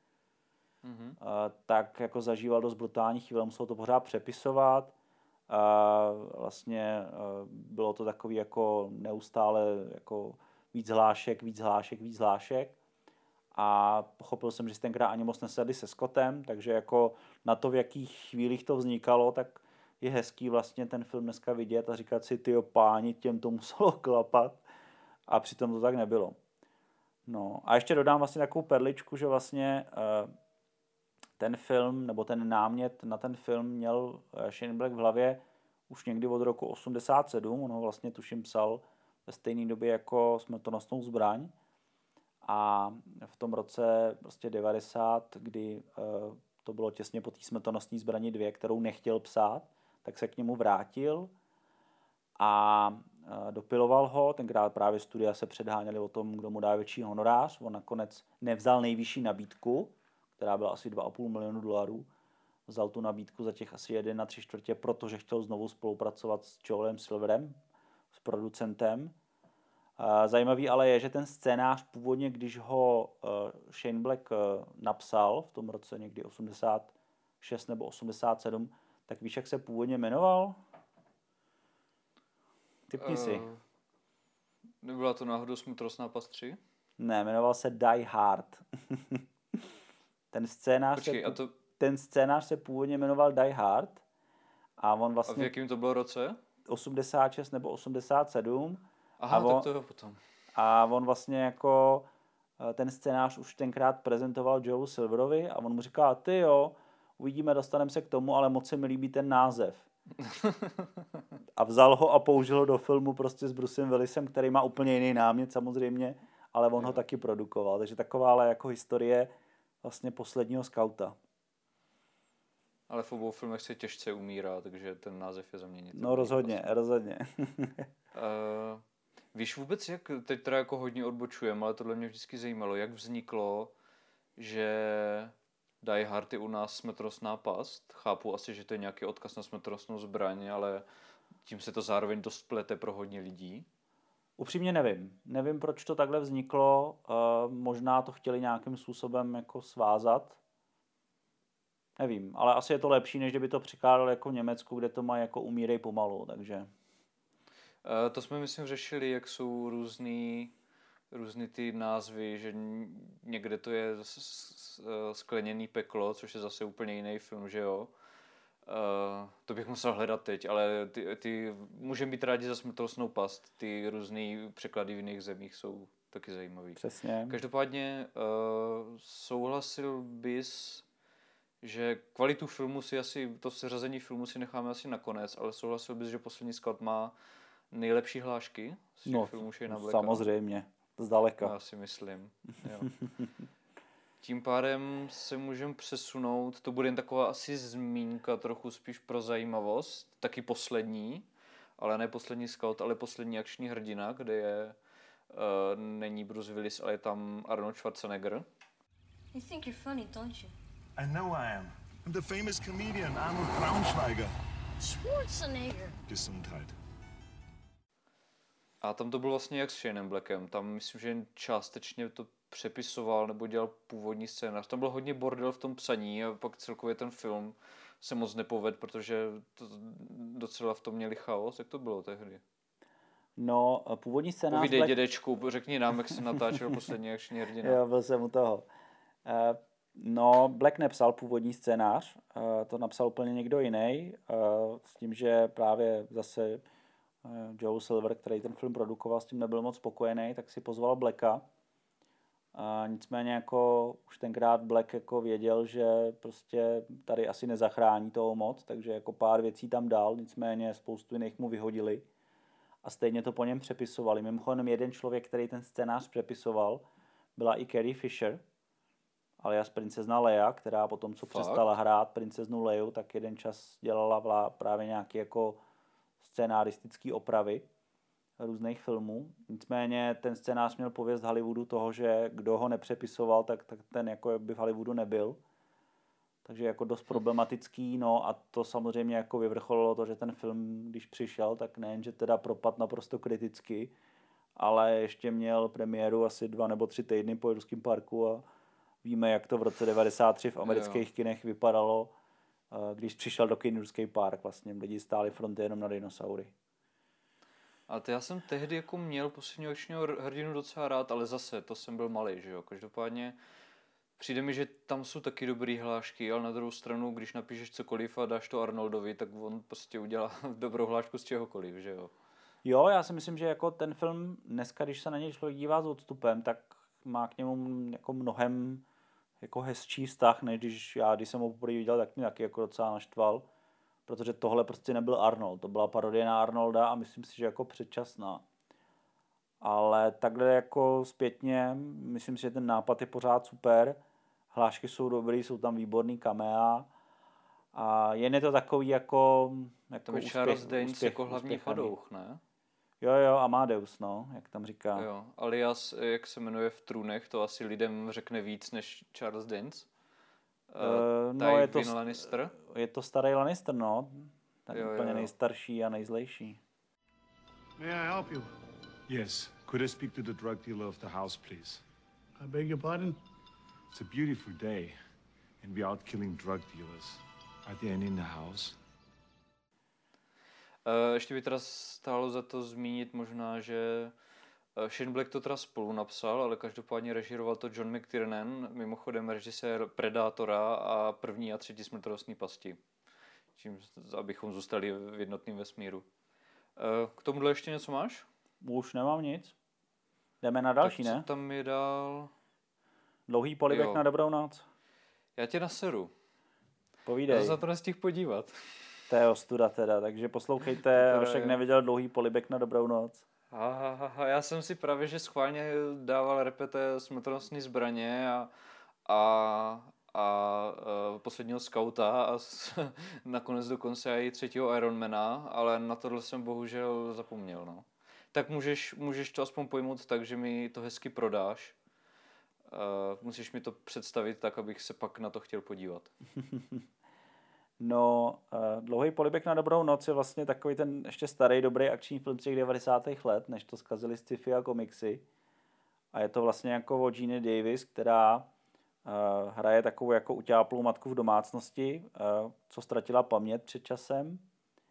Tak jako zažíval dost brutální chvíle, musel to pořád přepisovat. Vlastně bylo to takový jako neustále jako víc hlášek. A pochopil jsem, že si tenkrát ani moc nesedli se Scottem, takže jako na to, v jakých chvílích to vznikalo, tak je hezký vlastně ten film dneska vidět a říkat si, tyjo páni, těm to muselo klapat. A přitom to tak nebylo. No a ještě dodám vlastně takovou perličku, že vlastně ten film, nebo ten námět na ten film měl Shane Black v hlavě už někdy od roku 87. On ho vlastně tuším psal ve stejné době jako Smrtonosnou zbraň. A v tom roce prostě 90, kdy to bylo těsně po té Smrtonosné zbrani 2, kterou nechtěl psát, tak se k němu vrátil a dopiloval ho. Tenkrát právě studia se předháněli o tom, kdo mu dá větší honorář. On nakonec nevzal nejvyšší nabídku, která byla asi 2,5 milionu dolarů. Vzal tu nabídku za těch asi 1 3/4, protože chtěl znovu spolupracovat s Joelem Silverem, s producentem. Zajímavý ale je, že ten scénář původně, když ho Shane Black napsal v tom roce někdy 86 nebo 87, tak víš, jak se původně jmenoval? Typni si. Nebyla to náhodou Smrtonosná past 3? Ne, jmenoval se Die Hard. Ten scénář se původně jmenoval Die Hard. A on vlastně... A v jakým to bylo roce? 86 nebo 87. Aha, tak to je potom. A on vlastně jako ten scénář už tenkrát prezentoval Joelu Silverovi a on mu říká, ty jo, uvidíme, dostaneme se k tomu, ale moc se mi líbí ten název. A vzal ho a použil ho do filmu prostě s Brucem Willisem, který má úplně jiný námět samozřejmě, ale on ho taky produkoval. Takže taková ale jako historie vlastně Posledního skauta. Ale v obou filmech se těžce umírá, takže ten název je zaměnitelný. No rozhodně. Víš vůbec, jak, teď teda jako hodně odbočujeme, ale tohle mě vždycky zajímalo, jak vzniklo, že Die Hard je u nás Smrtonosná past. Chápu asi, že to je nějaký odkaz na Smrtonosnou zbraň, ale tím se to zároveň dost plete pro hodně lidí. Upřímně nevím. Nevím, proč to takhle vzniklo. Možná to chtěli nějakým způsobem jako svázat. Nevím, ale asi je to lepší, než kdyby to přikládali jako v Německu, kde to má jako umírej pomalu, takže... To jsme, myslím, řešili, jak jsou různý různý ty názvy, že někde to je skleněný peklo, což je zase úplně jiný film, že jo. To bych musel hledat teď, ale ty můžeme být rádi za Smrtelnou past. Ty různý překlady v jiných zemích jsou taky zajímavý. Přesně. Každopádně souhlasil bys, že kvalitu filmu si asi, to seřazení filmu si necháme asi nakonec, ale souhlasil bys, že Poslední scout má nejlepší hlášky z těch filmů Shane Blacka? Samozřejmě, zdaleka. Já si myslím, jo. Tím pádem se můžeme přesunout, to bude jen taková asi zmínka trochu spíš pro zajímavost, taky poslední, ale ne Poslední scout, ale Poslední akční hrdina, kde je, není Bruce Willis, ale je tam Arnold Schwarzenegger. You think you're funny, don't you? I know I am. I'm the famous comedian Arnold Braunschweiger. Schwarzenegger. Gesundheit. A tam to bylo vlastně jak s Shanem Blackem. Tam myslím, že částečně to přepisoval nebo dělal původní scénář. Tam byl hodně bordel v tom psaní a pak celkově ten film se moc nepovedl, protože to docela v tom měli chaos. Jak to bylo tehdy? No, původní scénář... Povídej, dědečku, řekni nám, jak jsi natáčel Poslední akční hrdina. Jo, byl jsem u toho. No, Black nepsal původní scénář, to napsal úplně někdo jiný, s tím, že právě zase Joe Silver, který ten film produkoval, s tím nebyl moc spokojený, tak si pozval Blacka. Nicméně jako už tenkrát Black jako věděl, že prostě tady asi nezachrání toho moc, takže jako pár věcí tam dal, nicméně spoustu jiných mu vyhodili a stejně to po něm přepisovali. Mimochodem jeden člověk, který ten scénář přepisoval, byla i Carrie Fisher, alias princezna Leia, která potom, co přestala hrát princeznu Leiu, tak jeden čas dělala právě nějaké jako scénaristické opravy různých filmů. Nicméně ten scénář měl pověst Hollywoodu toho, že kdo ho nepřepisoval, tak ten jako by v Hollywoodu nebyl. Takže jako dost problematický, no a to samozřejmě jako vyvrcholilo to, že ten film, když přišel, tak nejen, že teda propad naprosto kriticky, ale ještě měl premiéru asi 2 nebo 3 týdny po Ruském parku a víme, jak to v roce 1993 v amerických kinech vypadalo, když přišel do kin Ruský park. Vlastně lidi stáli fronty jenom na dinosaury. A to já jsem tehdy jako měl Posledního akčního hrdinu docela rád, ale zase, to jsem byl malý, že jo. Každopádně přijde mi, že tam jsou taky dobrý hlášky, ale na druhou stranu, když napíšeš cokoliv a dáš to Arnoldovi, tak on prostě udělá dobrou hlášku z čehokoliv, že jo. Jo, já si myslím, že jako ten film dneska, když se na něj člověk dívá s odstupem, tak má k němu jako mnohem jako hezčí vztah, než když jsem ho poprvé viděl, tak mě taky jako docela naštval, protože tohle prostě nebyl Arnold, to byla parodie na Arnolda a myslím si, že jako předčasná. Ale takhle jako zpětně, myslím si, že ten nápad je pořád super, hlášky jsou dobrý, jsou tam výborný kamea a jen je to takový jako tam je Charles Dance jako hlavní padouch, ne? Jo, Amadeus, no, jak tam říká. Jo, alias, jak se jmenuje v Trůnech, to asi lidem řekne víc než Charles Dance. No, Lannister. Je to starý Lannister, no. Tak jo, úplně nejstarší a nejzlejší. May I help you? Yes. Could I speak to the drug dealer of the house, please? I beg your pardon? It's a beautiful day, and we're out killing drug dealers. Are there any in the house? Ještě by teda stálo za to zmínit možná, že Shane Black to teda spolu napsal, ale každopádně režíroval to John McTiernan, mimochodem režisér Predátora a 1. a 3. Smrtonosné pasti. Čím, abychom zůstali v jednotném vesmíru. K tomuhle ještě něco máš? Už nemám nic. Jdeme na další, tak ne? Co tam je dál? Dlouhý polibek na dobrou noc. Já tě naseru. Povídej. Já se na to nestihl podívat. To je ostuda teda, takže poslouchejte, Rošek neviděl Dlouhý polibek na dobrou noc. Já jsem si právě, že schválně dával repete Smrtonosné zbraně a Posledního skauta a nakonec dokonce i 3. Ironmana, ale na tohle jsem bohužel zapomněl, no. Tak můžeš to aspoň pojmout tak, že mi to hezky prodáš. Musíš mi to představit tak, abych se pak na to chtěl podívat. No, Dlouhý polibek na dobrou noc je vlastně takový ten ještě starý, dobrý akční film z těch 90. let, než to zkazili sci-fi a komiksy. A je to vlastně jako o Jeanne Davis, která hraje takovou jako utáplou matku v domácnosti, co ztratila paměť před časem.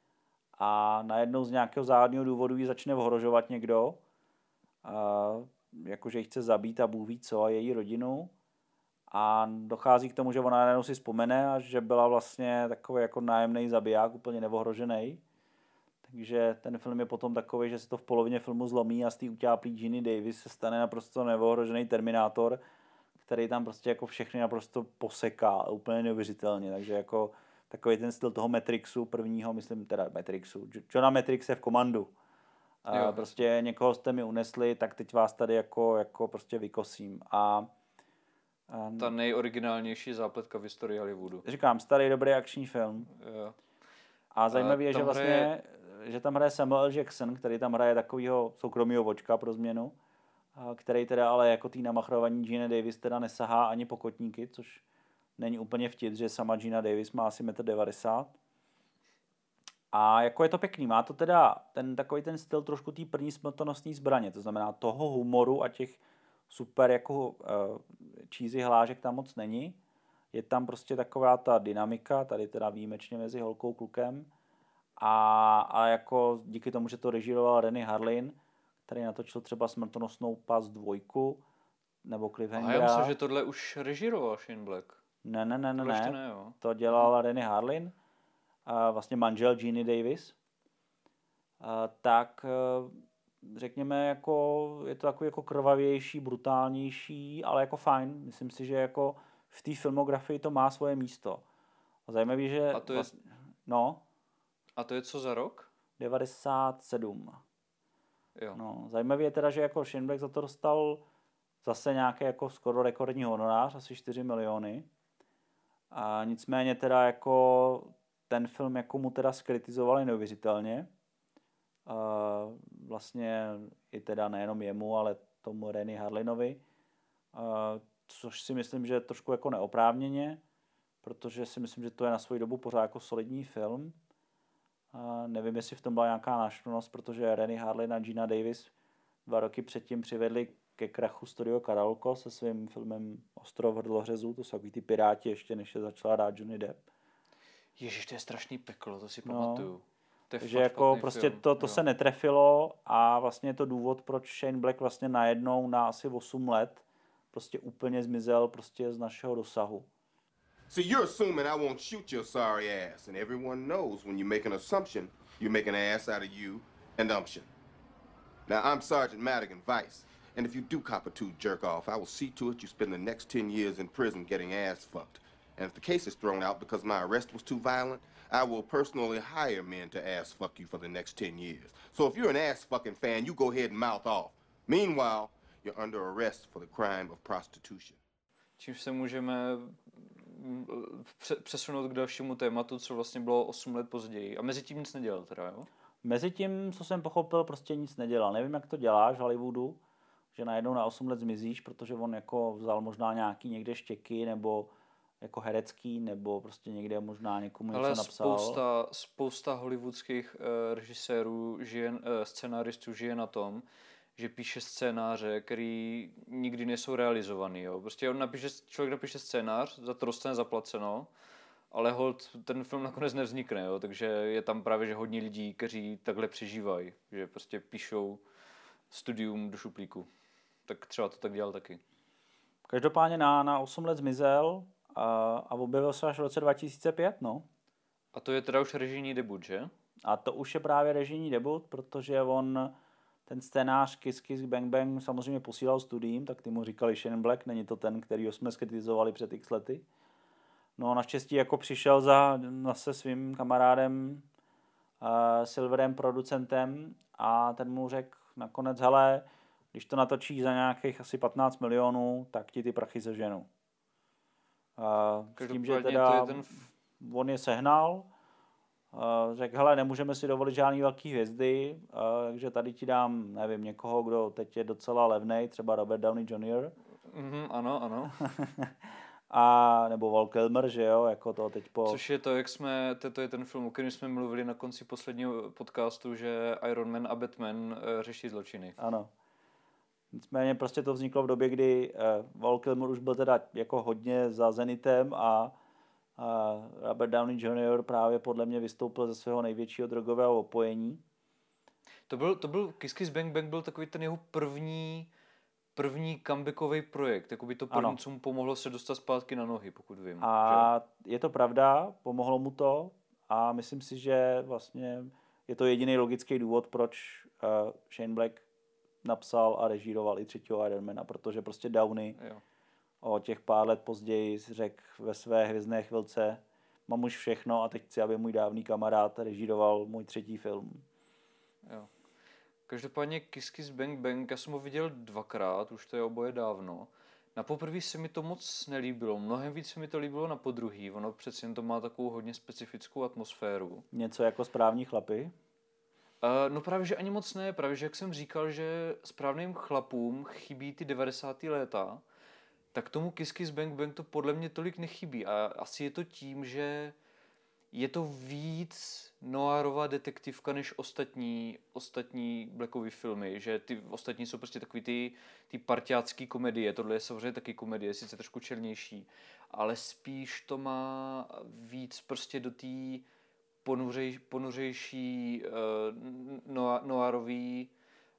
A najednou z nějakého záhadného důvodu ji začne ohrožovat někdo. jakože ji chce zabít a Bůh ví co a její rodinu. A dochází k tomu, že ona najednou si vzpomene a že byla vlastně takový jako nájemný zabiják, úplně neohrožený. Takže ten film je potom takový, že se to v polovině filmu zlomí a z té utáplý Ginny Davis se stane naprosto neohrožený Terminátor, který tam prostě jako všechny naprosto poseká, úplně neuvěřitelně. Takže jako takový ten styl toho Matrixu prvního, myslím teda Matrixu, Johna Matrixe v Komandu. A prostě někoho jste mi unesli, tak teď vás tady jako prostě vykosím. Ta nejoriginálnější zápletka v historii Hollywoodu. Říkám, starý dobrý akční film. Jo. A zajímavé je, že vlastně, že tam hraje Samuel L. Jackson, který tam hraje takovýho soukromýho vočka pro změnu, který teda ale jako tý namachrovaní Gina Davis teda nesahá ani po kotníky, což není úplně vtip, že sama Gina Davis má asi 1,90 m. A jako je to pěkný, má to teda takový ten styl trošku té první smrtonosné zbraně, to znamená toho humoru a těch super jako cheesy hlášek tam moc není. Je tam prostě taková ta dynamika, tady teda výjimečně mezi holkou klukem. A jako díky tomu, že to režíroval Renny Harlin, který natočil třeba Smrtonosnou past 2, nebo Cliffhangera. A já myslím, že tohle už režíroval Shane Black. Ne. To dělal Renny Harlin, vlastně manžel Ginny Davis. Tak řekněme, jako, je to takový jako krvavější, brutálnější, ale jako fajn. Myslím si, že jako v té filmografii to má svoje místo. Zajímavý, že... A to je... No. A to je co za rok? 97. Jo. No, zajímavý je teda, že jako Shane Black za to dostal zase nějaký jako skoro rekordní honorář, asi 4 miliony. A nicméně teda jako ten film jako mu teda skritizovali neuvěřitelně. Vlastně i teda nejenom jemu, ale tomu Renny Harlinovi. Což si myslím, že je trošku jako neoprávněně, protože si myslím, že to je na svou dobu pořád jako solidní film. Nevím, jestli v tom byla nějaká náštvnost, protože Renny Harlin a Gina Davis 2 roky předtím přivedli ke krachu Studio Carolco se svým filmem Ostrov hrdlohřezů, to jsou takový ty piráti ještě, než se začala dát Johnny Depp. Ježiš, to je strašný peklo, to si pamatuju. Takže jako prostě to se netrefilo a vlastně je to důvod, proč Shane Black vlastně najednou na asi 8 let prostě úplně zmizel prostě z našeho dosahu. So you're assuming I won't shoot your sorry ass, and everyone knows when you make an assumption, you make an ass out of you and umption. Now, I'm Sergeant Madigan Vice, and if you do cop a jerk off, I will see to it you spend the next 10 years in prison getting ass fucked. And if the case is thrown out because my arrest was too violent, I will personally hire men to ass fuck you for the next 10 years. So if you're an ass fucking fan, you go ahead and mouth off. Meanwhile, you're under arrest for the crime of prostitution. Čímž se můžeme přesunout k dalšímu tématu, co vlastně bylo 8 let později. A mezi tím nic nedělal teda, jo? Mezi tím, co jsem pochopil, prostě nic nedělal. Nevím, jak to děláš v Hollywoodu, že najednou na 8 let zmizíš, protože on jako vzal možná nějaký někde štěky, nebo jako herecký, nebo prostě někde možná někomu něco napsal. Spousta hollywoodských režisérů, scenáristů žije na tom, že píše scénáře, který nikdy nejsou realizovaný. Jo. Prostě člověk napíše scénář, za to dostane zaplaceno, ale holt ten film nakonec nevznikne. Jo. Takže je tam právě že hodně lidí, kteří takhle přežívají, že prostě píšou studium do šuplíku. Tak třeba to tak dělal taky. Každopádně na 8 let zmizel a objevil se až v roce 2005, no. A to je teda už režijní debut, že? A to už je právě režijní debut, protože on ten scénář Kiss Kiss Bang Bang samozřejmě posílal studiím, tak ty mu říkali Shane Black, není to ten, kterýho jsme skritizovali před x lety. No naštěstí jako přišel za se svým kamarádem Silverem producentem a ten mu řekl nakonec, hele, když to natočíš za nějakých asi 15 milionů, tak ti ty prachy seženu. S tím, že teda on je sehnal, řekl, hele, nemůžeme si dovolit žádný velký hvězdy, takže tady ti dám, nevím, někoho, kdo teď je docela levnej, třeba Robert Downey Jr. Ano. A nebo Val Kilmer, že jo, jako to teď po... Což je to, to je ten film, o kterém jsme mluvili na konci posledního podcastu, že Iron Man a Batman řeší zločiny. Ano. Nicméně prostě to vzniklo v době, kdy Val Kilmer už byl teda jako hodně za zenitem a Robert Downey Jr. právě podle mě vystoupil ze svého největšího drogového opojení. To byl Kiss Kiss Bang Bang byl takový ten jeho první první comebackový projekt, jakoby to první, co mu pomohlo se dostat zpátky na nohy, pokud vím. A že? Je to pravda, pomohlo mu to a myslím si, že vlastně je to jediný logický důvod, proč Shane Black napsal a režíroval i třetího Ironmana, protože prostě Downey o těch pár let později řekl ve své hvězdné chvilce, mám už všechno a teď chci, aby můj dávný kamarád režíroval můj třetí film. Jo. Každopádně Kiss Kiss Bang Bang, já jsem ho viděl 2krát, už to je oboje dávno. Na poprvé se mi to moc nelíbilo, mnohem víc se mi to líbilo na podruhý, ono přeci jen to má takovou hodně specifickou atmosféru. Něco jako Správní chlapi? No právě, že ani moc ne, právě, že jak jsem říkal, že Správným chlapům chybí ty 90. léta, tak tomu Kiss Kiss Bang Bang to podle mě tolik nechybí a asi je to tím, že je to víc noárová detektivka než ostatní Blackovy filmy, že ty ostatní jsou prostě takový ty parťácký komedie, tohle je samozřejmě taky komedie, sice trošku černější, ale spíš to má víc prostě do té ponuřejší noárový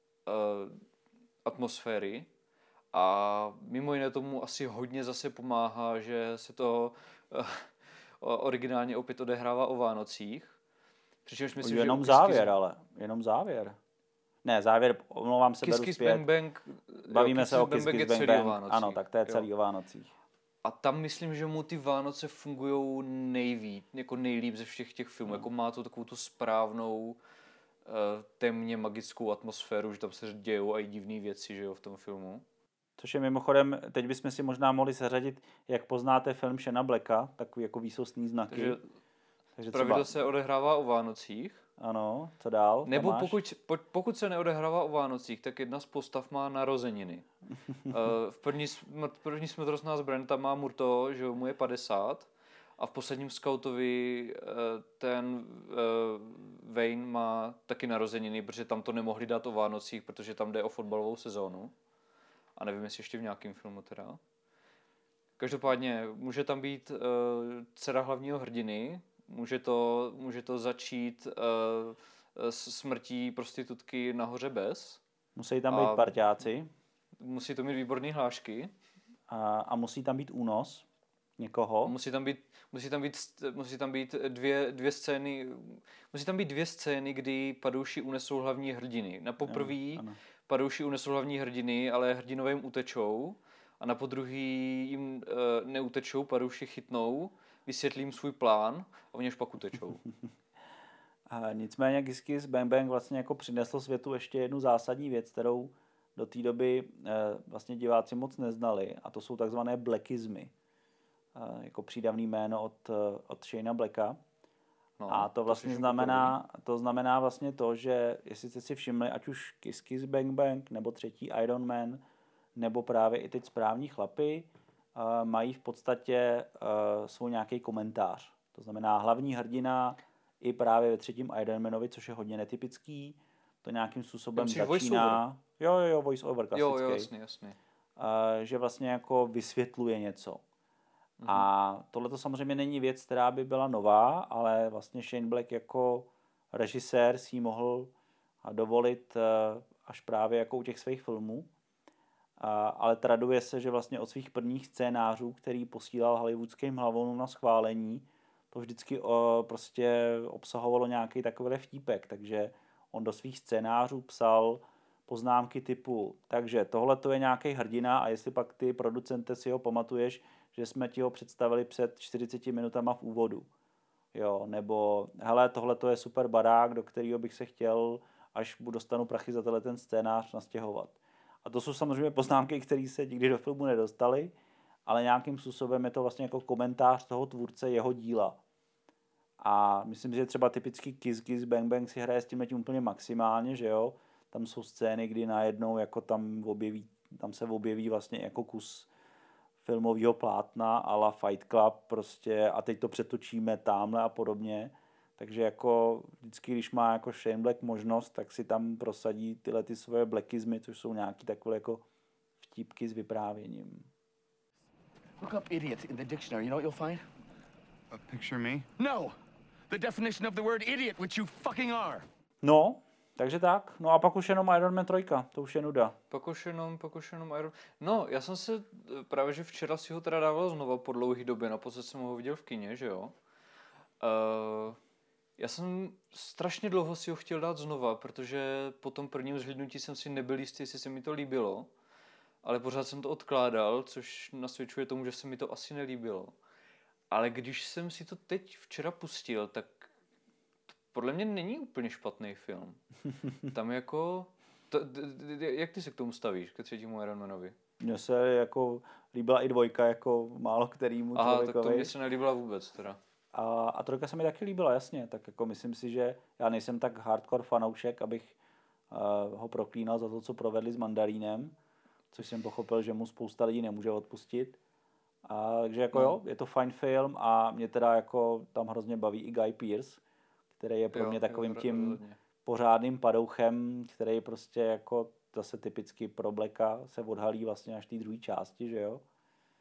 atmosféry a mimo jiné tomu asi hodně zase pomáhá, že se to originálně opět odehrává o Vánocích. Přičemž myslím, jenom že závěr, ale jenom závěr. Ne, závěr, omlouvám se, beru zpět. Bang Bang, bavíme se o Kiss Kiss Bang Bang. Ano, tak to je celý o Vánocích. A tam myslím, že mu ty Vánoce fungujou nejlíp ze všech těch filmů. Jako má to takovou tu správnou temně magickou atmosféru, že tam se dějou i divné věci, že jo, v tom filmu. Což je mimochodem, teď bychom si možná mohli seřadit, jak poznáte film Shana Blacka, takový jako výsostný znaky. Takže pravidlo se odehrává o Vánocích. Ano, co dál? Nebo pokud se neodehrává o Vánocích, tak jedna z postav má narozeniny. První smrtonosná zbraň tam má Murto, že mu je 50 a v posledním Scoutovi ten Wayne má taky narozeniny, protože tam to nemohli dát o Vánocích, protože tam jde o fotbalovou sezónu. A nevím, jestli ještě v nějakém filmu teda. Každopádně může tam být dcera hlavního hrdiny, může to začít smrtí prostitutky nahoře bez. Musí tam být parťáci. Musí to mít výborné hlášky. A musí tam být únos někoho. Musí tam být dvě scény. Musí tam být dvě scény, kdy padouši unesou hlavní hrdiny. Na poprvé padouši unesou hlavní hrdiny, ale hrdinové jim utečou. A na podruhý jim neutečou, padouši chytnou, vysvětlí jim svůj plán a oni už pak utečou. A nicméně Kiss Kiss Bang Bang vlastně jako přinesl světu ještě jednu zásadní věc, kterou do té doby vlastně diváci moc neznali, a to jsou takzvané blackizmy. Jako přídavný jméno od Shana Blacka. No, a to vlastně znamená vlastně to, že jestli jste si všimli, ať už Kiss Kiss Bang Bang, nebo třetí Iron Man, nebo právě i teď Správní chlapi, mají v podstatě svůj nějaký komentář. To znamená hlavní hrdina i právě ve třetím Iron Manovi, což je hodně netypický, to nějakým způsobem začíná. Jo, voice over klasický. Jo, jasně. Že vlastně jako vysvětluje něco. A tohle to samozřejmě není věc, která by byla nová, ale vlastně Shane Black jako režisér si ji mohl dovolit až právě jako u těch svých filmů. Ale traduje se, že vlastně od svých prvních scénářů, který posílal hollywoodským hlavonům na schválení, to vždycky prostě obsahovalo nějaký takový vtípek, takže on do svých scénářů psal poznámky typu, takže tohle to je nějaký hrdina a jestli pak ty producente si ho pamatuješ, že jsme ti ho představili před 40 minutama v úvodu. Jo, nebo hele, tohle to je super barák, do kterého bych se chtěl, až dostanu prachy za ten scénář, nastěhovat. A to jsou samozřejmě poznámky, které se nikdy do filmu nedostaly, ale nějakým způsobem je to vlastně jako komentář toho tvůrce jeho díla. A myslím, že třeba typický Kiss Kiss Bang Bang si hraje s tím úplně maximálně, že jo. Tam jsou scény, kdy najednou jako tam se objeví vlastně jako kus filmového plátna a la Fight Club prostě a teď to přetočíme tamhle a podobně. Takže jako vždycky, když má jako Shane Black možnost, tak si tam prosadí tyhle ty svoje blackizmy, což jsou nějaký takové jako vtípky s vyprávěním. Look up idiot in the dictionary. You know what you'll find? Picture me? No! The definition of the word idiot, which you fucking are. No, Takže tak, no a pak už jenom Iron Man 3, to už je nuda. Pak už jenom Iron... No, já jsem se právě, že včera si ho teda dával znova po dlouhý době, naposled jsem ho viděl v kině, že jo. Já jsem strašně dlouho si ho chtěl dát znova, protože po tom prvním zhlídnutí jsem si nebyl jistý, jestli se mi to líbilo, ale pořád jsem to odkládal, což nasvědčuje tomu, že se mi to asi nelíbilo. Ale když jsem si to teď včera pustil, tak podle mě není úplně špatný film. Tam jako... jak ty se k tomu stavíš, ke třetímu Iron Manovi? Mně se jako líbila i 2, jako málo kterýmu člověkovi. Tak to mě se nelíbila vůbec teda. A 3 se mi taky líbila, jasně. Tak jako myslím si, že já nejsem tak hardcore fanoušek, abych ho proklínal za to, co provedli s Mandarínem, což jsem pochopil, že mu spousta lidí nemůže odpustit. Takže jako jo, je to fajn film a mě teda jako tam hrozně baví i Guy Pearce, který je pro mě takovým tím pořádným padouchem, který prostě jako zase typicky pro Blacka se odhalí vlastně až té druhé části, že jo.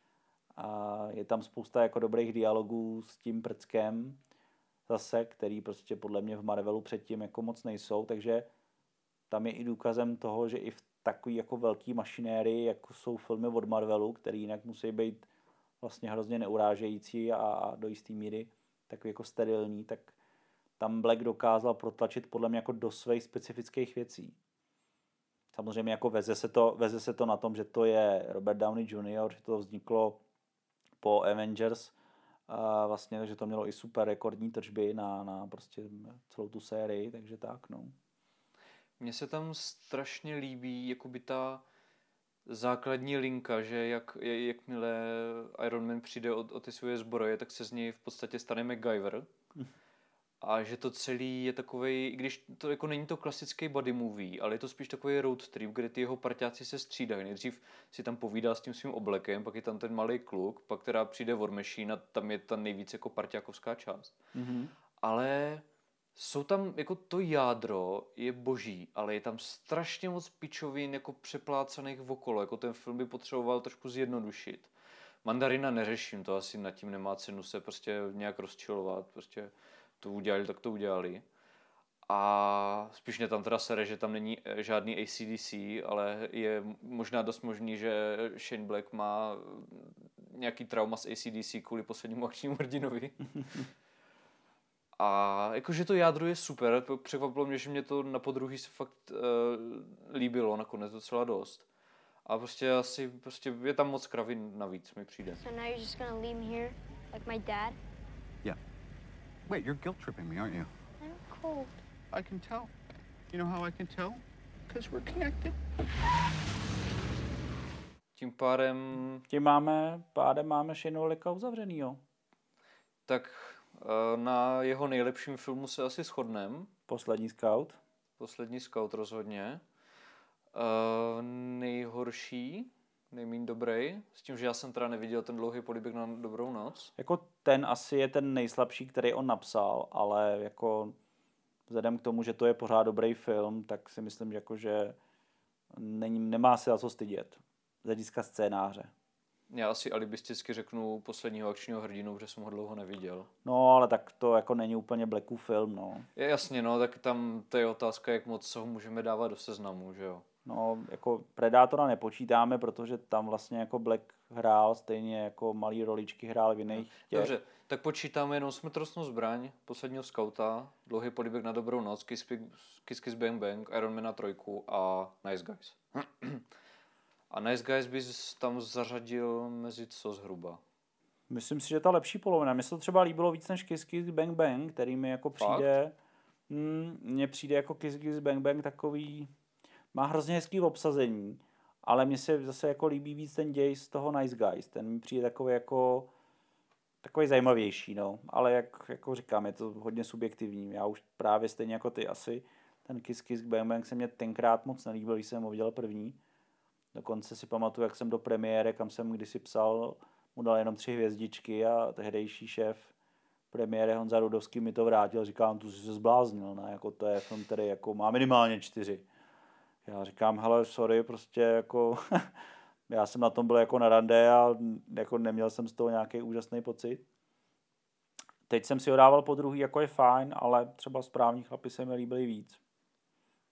A je tam spousta jako dobrých dialogů s tím prckem zase, který prostě podle mě v Marvelu předtím jako moc nejsou, takže tam je i důkazem toho, že i v takový jako velký mašinérii, jako jsou filmy od Marvelu, který jinak musí být vlastně hrozně neurážející a do jistý míry takový jako sterilní, tak tam Black dokázal protlačit podle mě jako do svých specifických věcí. Samozřejmě jako veze se to na tom, že to je Robert Downey Jr., že to vzniklo po Avengers, vlastně, takže to mělo i super rekordní tržby na prostě celou tu sérii, takže tak, no. Mně se tam strašně líbí jakoby ta základní linka, že jakmile Iron Man přijde o ty svoje zbroje, tak se z něj v podstatě stane MacGyver. A že to celý je takovej, i když to jako není to klasický body movie, ale je to spíš takový road trip, kde ty jeho parťáci se střídají. Nejdřív si tam povídá s tím svým oblekem, pak je tam ten malý kluk, pak teda přijde War Machine a tam je ta nejvíc jako parťákovská část. Mm-hmm. Ale jsou tam, jako to jádro je boží, ale je tam strašně moc pičovin jako přeplácaných okolo, jako ten film by potřeboval trošku zjednodušit. Mandarina neřeším, to asi nad tím nemá cenu se prostě nějak rozčilovat, prostě to udělali, tak to udělali. A spíš mě tam teda sere, že tam není žádný AC/DC, ale je možná dost možný, že Shane Black má nějaký trauma s AC/DC kvůli poslednímu akčnímu hrdinovi. A jakože to jádro je super, překvapilo mě, že mě to na podruhý se fakt líbilo nakonec docela dost. A prostě asi je tam moc kravin navíc, mi přijde. So now you're just gonna leave me here like my dad? Yeah. Wait, you're guilt tripping me, aren't you? I'm cold. I can tell. You know how I can tell? Because we're connected. Tím pádem máme Shaneho Blacka uzavřenýho. Tak na jeho nejlepším filmu se asi shodneme. Poslední Scout rozhodně. Nejhorší, nejméně dobrý, s tím, že já jsem teda neviděl ten Dlouhý polibek na dobrou noc. Jako ten asi je ten nejslabší, který on napsal, ale jako vzhledem k tomu, že to je pořád dobrý film, tak si myslím, že nemá se za co stydět. Z hlediska scénáře. Já asi alibisticky řeknu Posledního akčního hrdinu, protože jsem ho dlouho neviděl. No, ale tak to jako není úplně Blackův film, no. Jasně, no, tak tam to je otázka, jak moc ho můžeme dávat do seznamu, že jo. No, jako Predátora nepočítáme, protože tam vlastně jako Black hrál, stejně jako malý roličky hrál v jiných těch. Dobře, tak počítáme jenom Smrtonosnou zbraň, Posledního skauta, Dlouhý polibek na dobrou noc, Kiss Kiss Bang Bang, Iron Mana 3 a Nice Guys. A Nice Guys bys tam zařadil mezi co zhruba? Myslím si, že ta lepší polovina. Mně se to třeba líbilo víc než Kiss Kiss Bang Bang, který mi jako přijde... Mně přijde jako Kiss Kiss Bang Bang takový... Má hrozně hezký obsazení, ale mně se zase jako líbí víc ten děj z toho Nice Guys. Ten mi přijde takový jako... Takový zajímavější, no. Ale jak jako říkám, je to hodně subjektivní. Já už právě stejně jako ty asi ten Kiss Kiss Bang Bang se mě tenkrát moc nelíbil, když jsem ho viděl první. Dokonce si pamatuju, jak jsem do premiéry, kam jsem kdysi psal, mu dal jenom 3 hvězdičky a tehdejší šéf premiéry Honza Rudovský mi to vrátil. Říkám, tu jsi se zbláznil, ne? Jako to je film, který jako má minimálně 4. Já říkám, hele, sorry, prostě jako já jsem na tom byl jako na rande a jako neměl jsem z toho nějaký úžasný pocit. Teď jsem si ho dával po druhý, jako je fajn, ale třeba Správní chlapi se mi líbily víc.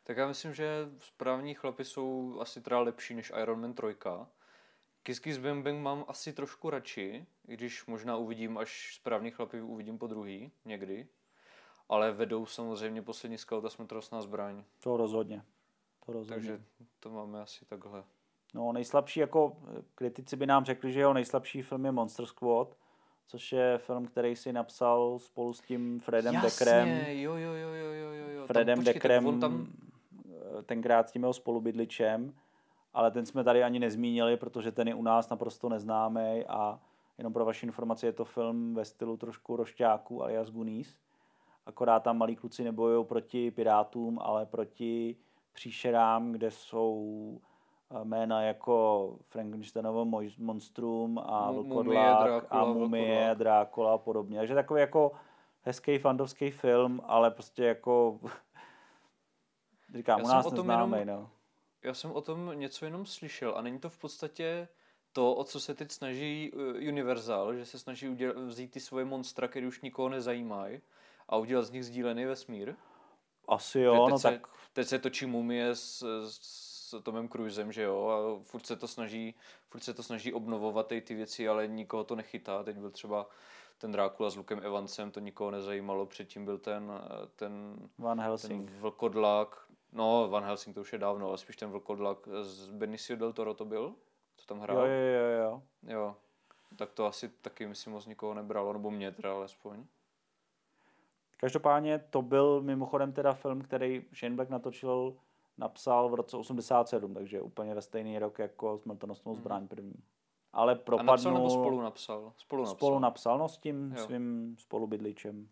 Tak já myslím, že správní chlapi jsou asi teda lepší než Iron Man 3. Kiss Kiss Bang Bang mám asi trošku radši, i když možná uvidím, až správní chlapy uvidím po druhý, někdy. Ale vedou samozřejmě Poslední scout a Smrtonosná zbraň. To rozhodně. Takže to máme asi takhle. No, nejslabší, jako kritici by nám řekli, že jeho nejslabší film je Monster Squad, což je film, který si napsal spolu s tím Fredem Deckerem. Jo. Fredem Deckerem, tenkrát s tím jeho spolubydličem, ale ten jsme tady ani nezmínili, protože ten je u nás naprosto neznámý a jenom pro vaši informaci je to film ve stylu trošku Rošťáků alias Goonies. Akorát tam malí kluci nebojují proti pirátům, ale proti příšerám, kde jsou jména jako Frankensteinovo monstrum a Vlkodlák a Mumie, Drákula a podobně. Takže takový jako hezký fandovský film, ale prostě jako říkám, u nás neznámej, no. Já jsem o tom něco jenom slyšel a není to v podstatě to, o co se teď snaží Universal, že se snaží vzít ty svoje monstra, které už nikoho nezajímají a udělat z nich sdílený vesmír. Asi jo, no tak... Teď se točí Mumie s Tomem Cruisem, že jo, a furt se to snaží obnovovat ty věci, ale nikoho to nechytá. Teď byl třeba ten Drákula s Lukem Evansem, to nikoho nezajímalo, předtím byl ten Van Helsing. Ten Vlkodlák, no Van Helsing to už je dávno, ale spíš ten Vlkodlák z Benicio del Toro to byl, co tam hrál. Jo, tak to asi taky myslím moc nikoho nebralo, nebo mě teda alespoň. Každopádně to byl mimochodem teda film, který Shane Black napsal v roce 87, takže úplně ve stejný rok jako Smrtonosnou zbraň první. Ale propadnul... A napsal nebo spolu napsal? Spolu napsal, no s tím svým spolubydličem.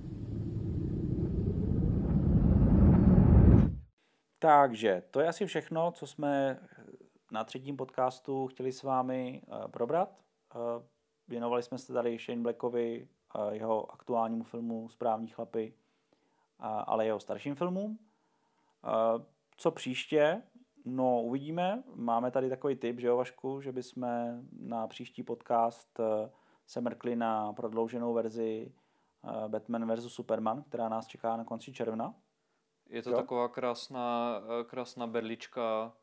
Takže to je asi všechno, co jsme na třetím podcastu chtěli s vámi probrat. Věnovali jsme se tady Shane Blackovi, jeho aktuálnímu filmu Správní chlapi, ale jeho starším filmům. Co příště? No, uvidíme. Máme tady takový tip, že jo, Vašku, že bychom na příští podcast se mrkli na prodlouženou verzi Batman vs. Superman, která nás čeká na konci června. Je to taková krásná berlička,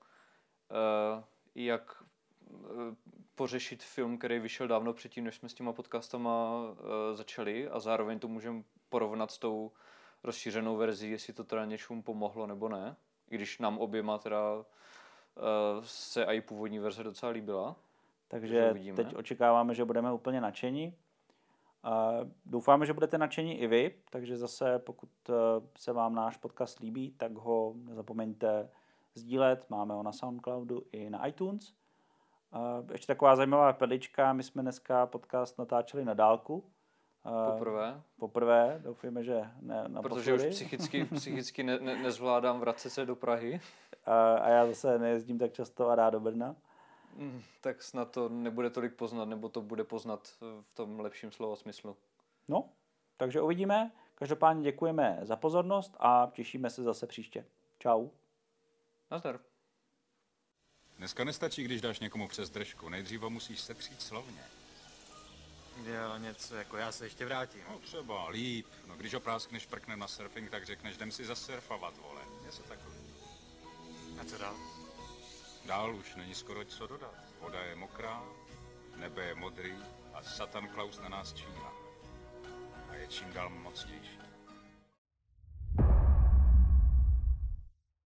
jak pořešit film, který vyšel dávno předtím, než jsme s těma podcastama začali a zároveň to můžeme porovnat s tou rozšířenou verzí, jestli to teda něčemu pomohlo nebo ne. I když nám oběma teda se i původní verze docela líbila. Takže teď očekáváme, že budeme úplně nadšení. Doufáme, že budete nadšení i vy, takže zase pokud se vám náš podcast líbí, tak ho nezapomeňte sdílet. Máme ho na Soundcloudu i na iTunes. Ještě taková zajímavá perlička, my jsme dneska podcast natáčeli na dálku. Poprvé, doufujeme, že ne naposledy. Protože už psychicky nezvládám vracet se do Prahy. A já zase nejezdím tak často a rád do Brna. Tak snad to nebude tolik poznat, nebo to bude poznat v tom lepším slova smyslu. No, takže uvidíme. Každopádně děkujeme za pozornost a těšíme se zase příště. Čau. Nazdar. Dneska nestačí, když dáš někomu přes držku. Nejdřív ho musíš sepřít slovně. Jo, něco jako já se ještě vrátím. No třeba líp. No když ho práskneš prknem na surfing, tak řekneš, jdem si zasurfovat, vole. Něco takový. A co dál? Dál už není skoro co dodat. Voda je mokrá, nebe je modrý a Satan Klaus na nás číhá. A je čím dál mocnější.